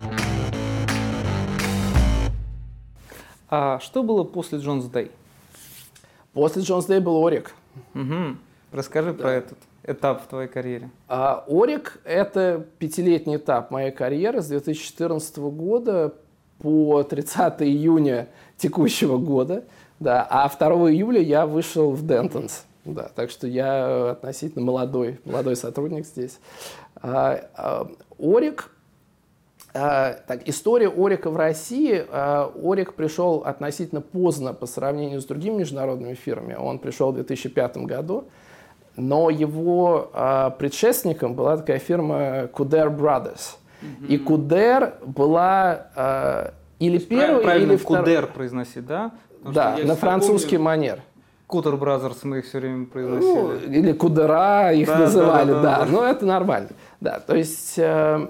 А что было после Джонс Дэй? После Джонс Дэй был Орик. Угу. Расскажи да. про этот этап в твоей карьере. А, Орик – это пятилетний этап моей карьеры с две тысячи четырнадцатого года по тридцатое июня текущего года. Да, а второго июля я вышел в Dentons. Да, так что я относительно молодой, молодой сотрудник здесь. А, а, Орик. А, так, история Орика в России. А, Орик пришел относительно поздно по сравнению с другими международными фирмами. Он пришел в две тысячи пятом году, но его а, предшественником была такая фирма Couder Brothers. Mm-hmm. И Couder была а, или первой, правильно, или второй. Couder произносить, да? Потому да, на французский помню, манер. Couder Brothers мы их все время произносили. Ну, или Кудера их да, называли, да, да, да, да. Но это нормально. Да, то есть э,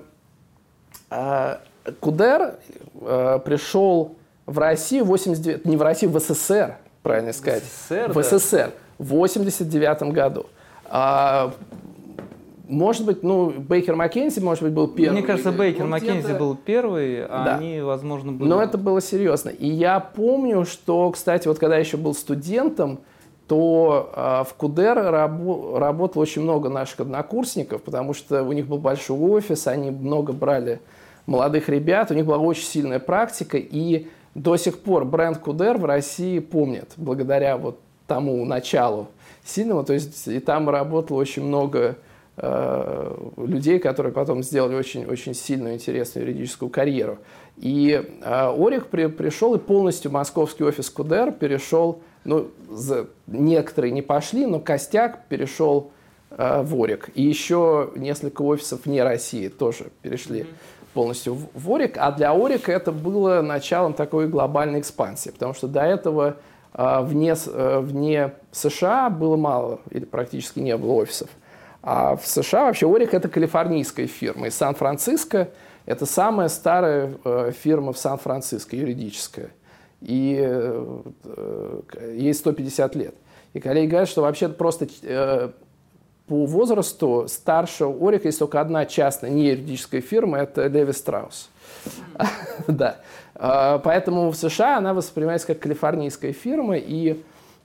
э, Couder э, пришел в Россию в восемьдесят девятом, не в Россию, в СССР, правильно сказать. В СССР, в да. СССР в восемьдесят девятом году. А, может быть, ну, Бейкер Маккензи, может быть, был первый. Мне кажется, Бейкер Маккензи был первый, а да. они, возможно, были... Но это было серьезно. И я помню, что, кстати, вот когда я еще был студентом, то э, в Couder рабо- работало очень много наших однокурсников, потому что у них был большой офис, они много брали молодых ребят, у них была очень сильная практика, и до сих пор бренд Couder в России помнят, благодаря вот тому началу сильному, то есть и там работало очень много э, людей, которые потом сделали очень, очень сильную, интересную юридическую карьеру. И э, Орик при, пришел, и полностью московский офис Couder перешел, ну, за, некоторые не пошли, но костяк перешел э, в Орик. И еще несколько офисов вне России тоже перешли mm-hmm. полностью в, в Орик. А для Орика это было началом такой глобальной экспансии, потому что до этого э, вне, э, вне США было мало или практически не было офисов. А в США вообще Орик – это калифорнийская фирма. И Сан-Франциско – это самая старая э, фирма в Сан-Франциско, юридическая. И э, ей сто пятьдесят лет. И коллеги говорят, что вообще просто э, по возрасту старше Орика есть только одна частная, не юридическая фирма, это Леви Страус. Да. Поэтому в США она воспринимается как калифорнийская фирма. И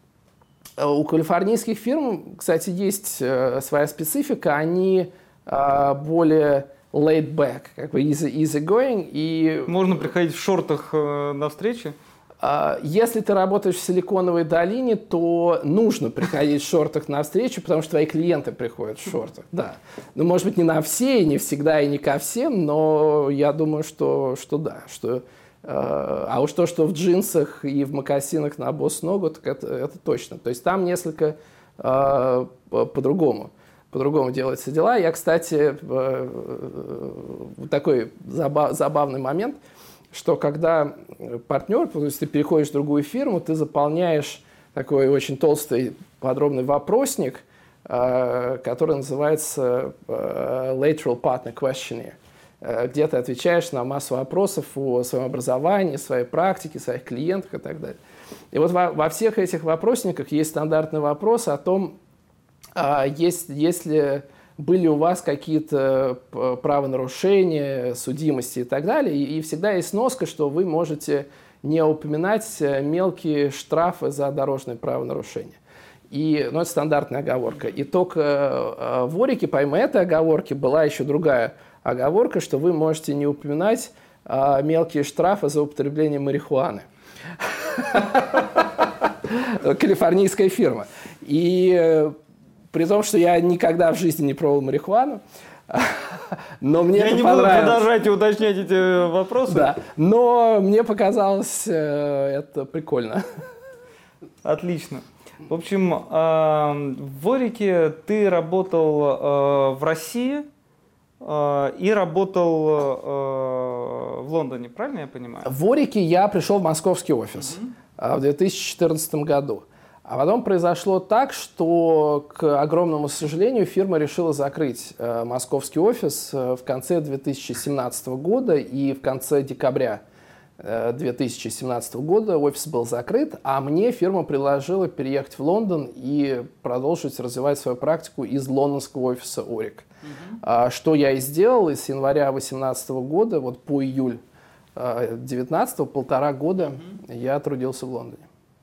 у калифорнийских фирм, кстати, есть своя специфика. Они более laid back, как бы easy, easy going. И можно приходить в шортах на встречи? Если ты работаешь в Силиконовой долине, то нужно приходить в шортах на встречу, потому что твои клиенты приходят в шортах. Да. Ну, может быть, не на все, и не всегда, и не ко всем, но я думаю, что, что да. Что, э, а уж то, что в джинсах и в мокасинах на босс ногу, так это, это точно. То есть там несколько э, по-другому. По-другому делаются дела. Я, кстати, э, такой забав, забавный момент, что когда партнер, то есть ты переходишь в другую фирму, ты заполняешь такой очень толстый подробный вопросник, который называется Lateral Partner Questionnaire, где ты отвечаешь на массу вопросов о своем образовании, своей практике, своих клиентах и так далее. И вот во, во всех этих вопросниках есть стандартный вопрос о том, есть, есть ли были у вас какие-то правонарушения, судимости и так далее. И, и всегда есть сноска, что вы можете не упоминать мелкие штрафы за дорожные правонарушения. И, ну, это стандартная оговорка. И только э, в Орике, помимо этой оговорки, была еще другая оговорка, что вы можете не упоминать э, мелкие штрафы за употребление марихуаны. Калифорнийская фирма. И при том, что я никогда в жизни не пробовал марихуану, но мне я это не понравилось. буду продолжать и уточнять эти вопросы. Да, но мне показалось э, это прикольно. Отлично. В общем, э, в Орике ты работал э, в России э, и работал э, в Лондоне, правильно я понимаю? В Орике я пришел в московский офис mm-hmm. в две тысячи четырнадцатом году. А потом произошло так, что, к огромному сожалению, фирма решила закрыть э, московский офис э, в конце две тысячи семнадцатого года и в конце декабря две тысячи семнадцатого года, офис был закрыт, а мне фирма предложила переехать в Лондон и продолжить развивать свою практику из лондонского офиса Орик. Uh-huh. Что я и сделал. И с января две тысячи восемнадцатого года вот по июль две тысячи девятнадцатого, полтора года uh-huh. я трудился в Лондоне.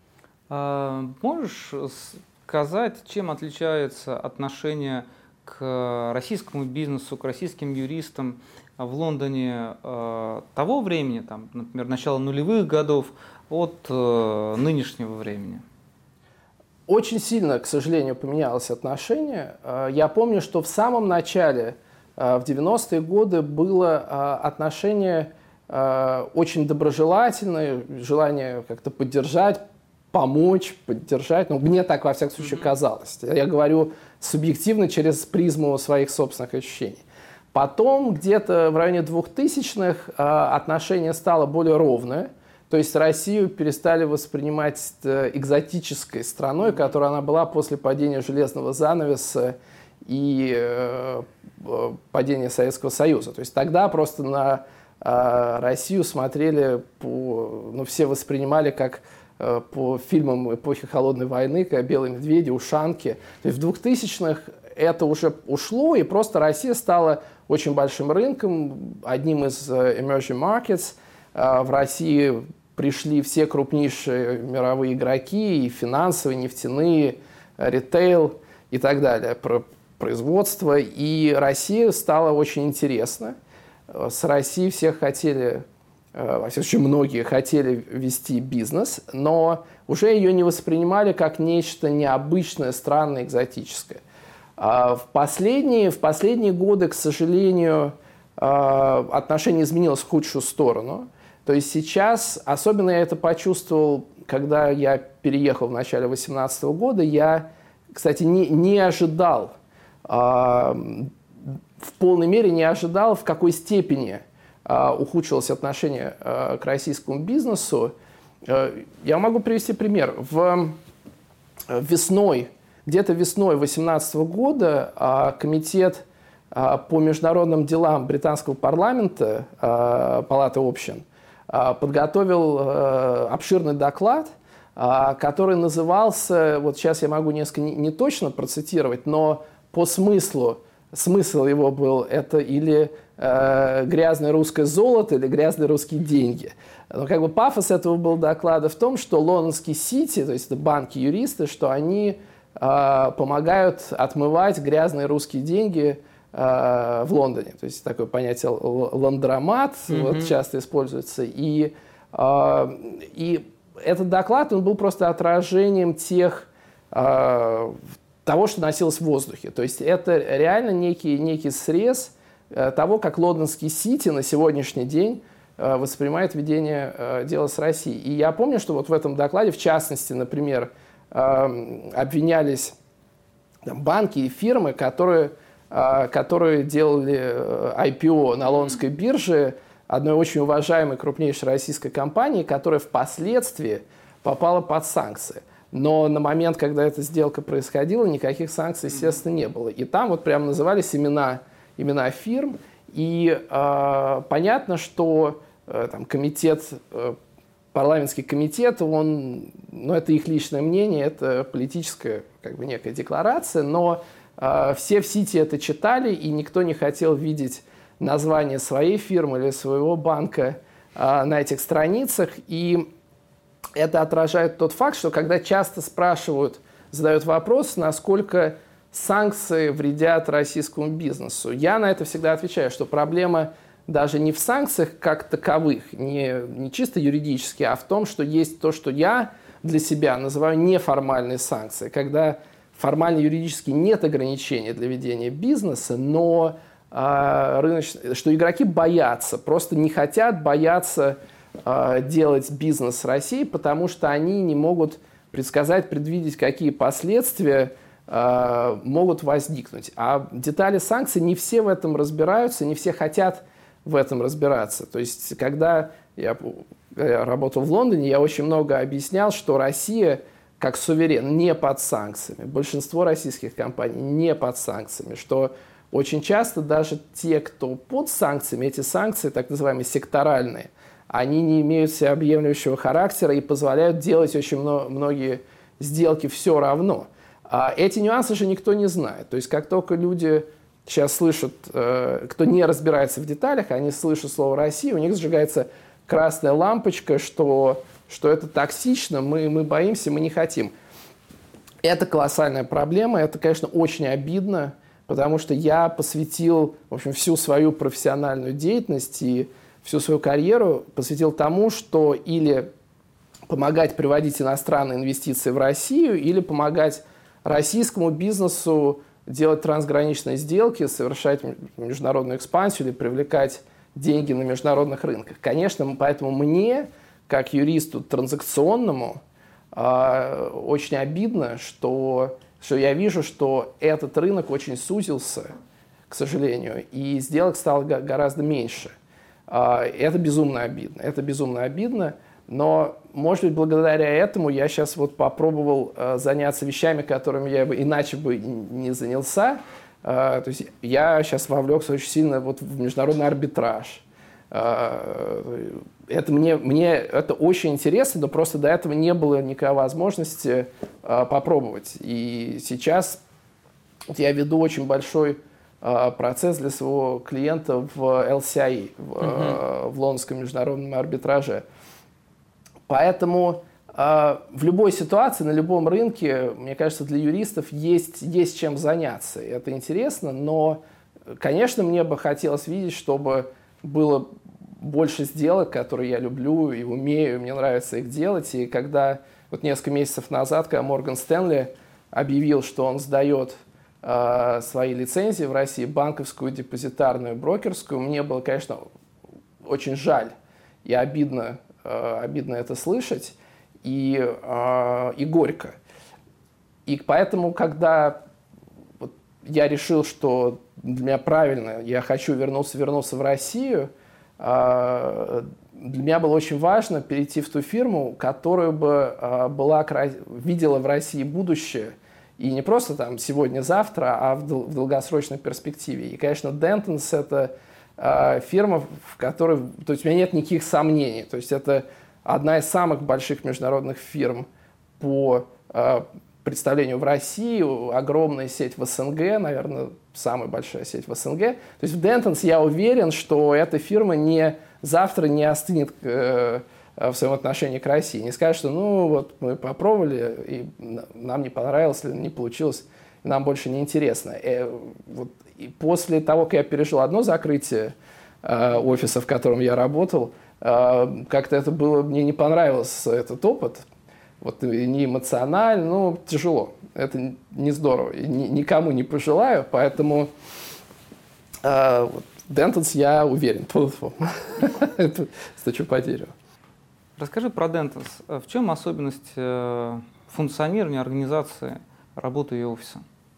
А, можешь сказать, чем отличается отношение к российскому бизнесу, к российским юристам в Лондоне э, того времени, там, например, начала нулевых годов, от э, нынешнего времени? Очень сильно, к сожалению, поменялось отношение. Я помню, что в самом начале, в девяностые годы, было отношение очень доброжелательное, желание как-то поддержать, помочь, поддержать. Ну, мне так, во всяком случае, казалось. Я говорю субъективно через призму своих собственных ощущений. Потом, где-то в районе двухтысячных, отношение стало более ровное. То есть Россию перестали воспринимать экзотической страной, которой она была после падения железного занавеса и э, падения Советского Союза. То есть тогда просто на э, Россию смотрели, по, ну, все воспринимали как э, по фильмам эпохи Холодной войны, как «Белые медведи», «Ушанки». То есть в двухтысячных это уже ушло, и просто Россия стала очень большим рынком, одним из emerging markets. Э, в России пришли все крупнейшие мировые игроки, и финансовые, нефтяные, ритейл и так далее, про производство. И Россия стала очень интересна. С Россией все хотели, во всяком случае, многие хотели вести бизнес, но уже ее не воспринимали как нечто необычное, странное, экзотическое. В последние, в последние годы, к сожалению, отношение изменилось в худшую сторону. То есть сейчас, особенно я это почувствовал, когда я переехал в начале две тысячи восемнадцатого года, я, кстати, не, не ожидал, э, в полной мере не ожидал, в какой степени э, ухудшилось отношение э, к российскому бизнесу. Э, я могу привести пример. В, э, весной, где-то весной две тысячи восемнадцатого года э, комитет э, по международным делам британского парламента, э, Палаты общин, подготовил э, обширный доклад, э, который назывался, вот сейчас я могу несколько не, не точно процитировать, но по смыслу, смысл его был, это или э, грязное русское золото, или грязные русские деньги. Но как бы пафос этого был доклада в том, что лондонский Сити, то есть это банки-юристы, что они э, помогают отмывать грязные русские деньги в Лондоне. То есть такое понятие ландромат mm-hmm. вот, часто используется. И, и этот доклад, он был просто отражением тех, того, что носилось в воздухе. То есть это реально некий, некий срез того, как лондонский Сити на сегодняшний день воспринимает ведение дела с Россией. И я помню, что вот в этом докладе, в частности, например, обвинялись там, банки и фирмы, которые которые делали ай пи о на лондонской бирже одной очень уважаемой крупнейшей российской компании, которая впоследствии попала под санкции. Но на момент, когда эта сделка происходила, никаких санкций, естественно, не было. И там вот прямо назывались имена, имена фирм. И э, понятно, что э, там, комитет, э, парламентский комитет, он, ну, это их личное мнение, это политическая как бы, некая декларация, но все в Сити это читали, и никто не хотел видеть название своей фирмы или своего банка на этих страницах. И это отражает тот факт, что когда часто спрашивают, задают вопрос, насколько санкции вредят российскому бизнесу, я на это всегда отвечаю, что проблема даже не в санкциях как таковых, не, не чисто юридически, а в том, что есть то, что я для себя называю неформальные санкции, когда формально юридически нет ограничений для ведения бизнеса, но э, рыноч... что игроки боятся, просто не хотят, боятся э, делать бизнес с Россией, потому что они не могут предсказать, предвидеть, какие последствия э, могут возникнуть. А детали санкций не все в этом разбираются, не все хотят в этом разбираться. То есть, когда я, я работал в Лондоне, я очень много объяснял, что Россия как суверен, не под санкциями. Большинство российских компаний не под санкциями, что очень часто даже те, кто под санкциями, эти санкции, так называемые секторальные, они не имеют всеобъемлющего характера и позволяют делать очень много, многие сделки все равно. А эти нюансы же никто не знает. То есть как только люди сейчас слышат, э, кто не разбирается в деталях, они слышат слово «Россия», у них зажигается красная лампочка, что, что это токсично, мы, мы боимся, мы не хотим. Это колоссальная проблема, это, конечно, очень обидно, потому что я посвятил, в общем, всю свою профессиональную деятельность и всю свою карьеру посвятил тому, что или помогать приводить иностранные инвестиции в Россию, или помогать российскому бизнесу делать трансграничные сделки, совершать международную экспансию или привлекать деньги на международных рынках. Конечно, поэтому мне, как юристу транзакционному, очень обидно, что, что я вижу, что этот рынок очень сузился, к сожалению, и сделок стало гораздо меньше. Это безумно обидно. Это безумно обидно, но, может быть, благодаря этому я сейчас вот попробовал заняться вещами, которыми я бы иначе бы не занялся. То есть я сейчас вовлекся очень сильно вот в международный арбитраж. Это мне, мне это очень интересно, но просто до этого не было никакой возможности э, попробовать. И сейчас вот я веду очень большой э, процесс для своего клиента в эл си ай, в, uh-huh. э, в Лондонском международном арбитраже. Поэтому э, в любой ситуации, на любом рынке, мне кажется, для юристов есть, есть чем заняться. Это интересно, но, конечно, мне бы хотелось видеть, чтобы было больше сделок, которые я люблю и умею, мне нравится их делать. И когда вот несколько месяцев назад, когда Морган Стэнли объявил, что он сдает э, свои лицензии в России, банковскую, депозитарную, брокерскую, мне было, конечно, очень жаль и обидно, э, обидно это слышать, и, э, и горько. И поэтому, когда вот я решил, что для меня правильно, я хочу вернуться, вернуться в Россию, для меня было очень важно перейти в ту фирму, которая бы была, видела в России будущее, и не просто там сегодня-завтра, а в долгосрочной перспективе. И, конечно, Dentons – это фирма, в которой, то есть у меня нет никаких сомнений. То есть это одна из самых больших международных фирм по представлению в России, огромная сеть в СНГ, наверное, самая большая сеть в СНГ. То есть в Dentons я уверен, что эта фирма не, завтра не остынет э, в своем отношении к России. Не скажет, что ну вот мы попробовали, и нам не понравилось, или не получилось, нам больше не интересно. И, вот, и после того, как я пережил одно закрытие э, офиса, в котором я работал, э, как-то это было, мне не понравился этот опыт. Вот не эмоционально, ну, тяжело. Это не здорово. И ни, никому не пожелаю, поэтому э, вот, Dentons я уверен. Это стучу по дереву. Расскажи про Dentons. В чем особенность э, функционирования организации, работы ее офиса?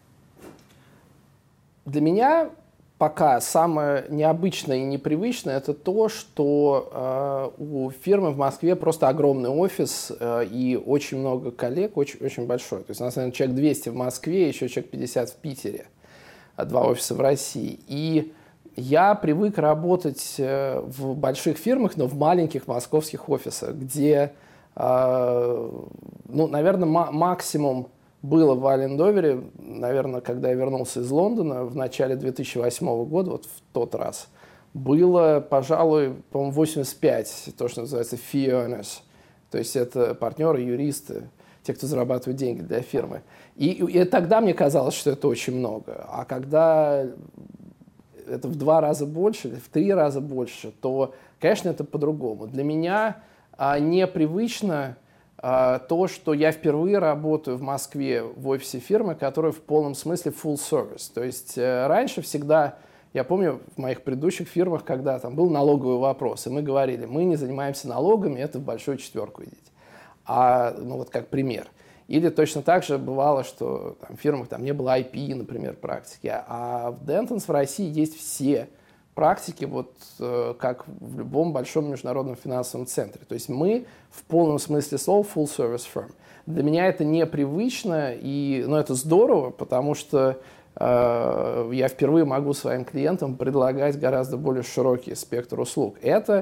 Для меня пока самое необычное и непривычное – это то, что э, у фирмы в Москве просто огромный офис э, и очень много коллег, очень, очень большой. То есть у нас, наверное, человек двести в Москве, еще человек пятьдесят в Питере, два офиса в России. И я привык работать э, в больших фирмах, но в маленьких московских офисах, где, э, ну, наверное, ма- максимум было в Аллендовере, наверное, когда я вернулся из Лондона в начале две тысячи восьмого года, вот в тот раз, было, пожалуй, по-моему, восемьдесят пять, то, что называется fee earners. То есть это партнеры, юристы, те, кто зарабатывает деньги для фирмы. И, и тогда мне казалось, что это очень много. А когда это в два раза больше, или в три раза больше, то, конечно, это по-другому. Для меня а, непривычно то, что я впервые работаю в Москве в офисе фирмы, которая в полном смысле full service. То есть раньше всегда, я помню в моих предыдущих фирмах, когда там был налоговый вопрос, и мы говорили, мы не занимаемся налогами, это в большую четверку идите. А, ну вот как пример. Или точно так же бывало, что там, в фирмах там не было ай пи, например, практики, а в Dentons в России есть все практики, вот э, как в любом большом международном финансовом центре. То есть мы в полном смысле слова full service firm. Для меня это непривычно, и, но это здорово, потому что э, я впервые могу своим клиентам предлагать гораздо более широкий спектр услуг. Это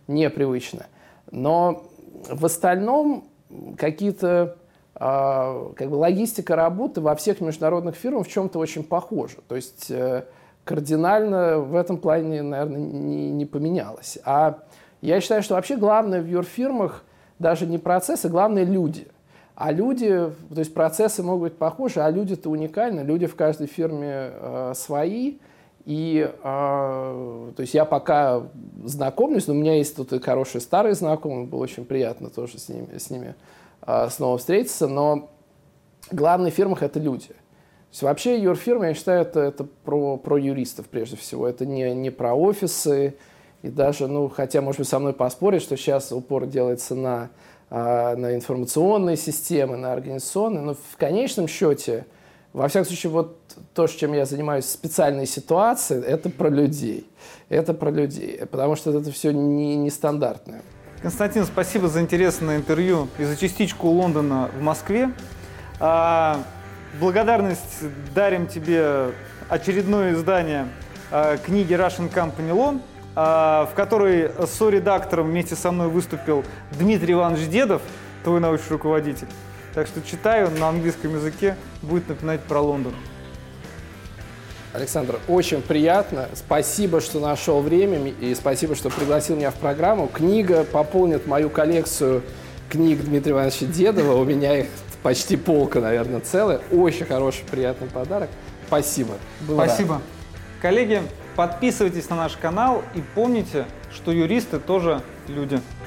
непривычно. Но в остальном какие-то э, как бы логистика работы во всех международных фирмах в чем-то очень похожа. То есть э, кардинально в этом плане, наверное, не, не поменялось. А я считаю, что вообще главное в юрфирмах даже не процессы, главное люди. А люди, то есть процессы могут быть похожи, а люди-то уникальны. Люди в каждой фирме э, свои. И э, то есть я пока знакомлюсь, но у меня есть тут и хорошие старые знакомые, было очень приятно тоже с ними, с ними э, снова встретиться. Но главное в фирмах – это люди. То есть вообще юрфирма, я считаю, это, это про, про юристов прежде всего. Это не, не про офисы. И даже, ну, хотя, может быть, со мной поспорить, что сейчас упор делается на, э, на информационные системы, на организационные, но в конечном счете, во всяком случае, вот то, чем я занимаюсь, специальные ситуации, это про людей. Это про людей, потому что это все не, нестандартное. Константин, спасибо за интересное интервью и за частичку Лондона в Москве. А, благодарность дарим тебе очередное издание а, книги Russian Company Law, а, в которой со-редактором вместе со мной выступил Дмитрий Иванович Дедов, твой научный руководитель. Так что читаю на английском языке, будет напоминать про Лондон. Александр, очень приятно. Спасибо, что нашел время и спасибо, что пригласил меня в программу. Книга пополнит мою коллекцию книг Дмитрия Ивановича Дедова. У меня их почти полка, наверное, целая. Очень хороший, приятный подарок. Спасибо. Был Спасибо. рад. Коллеги, подписывайтесь на наш канал и помните, что юристы тоже люди.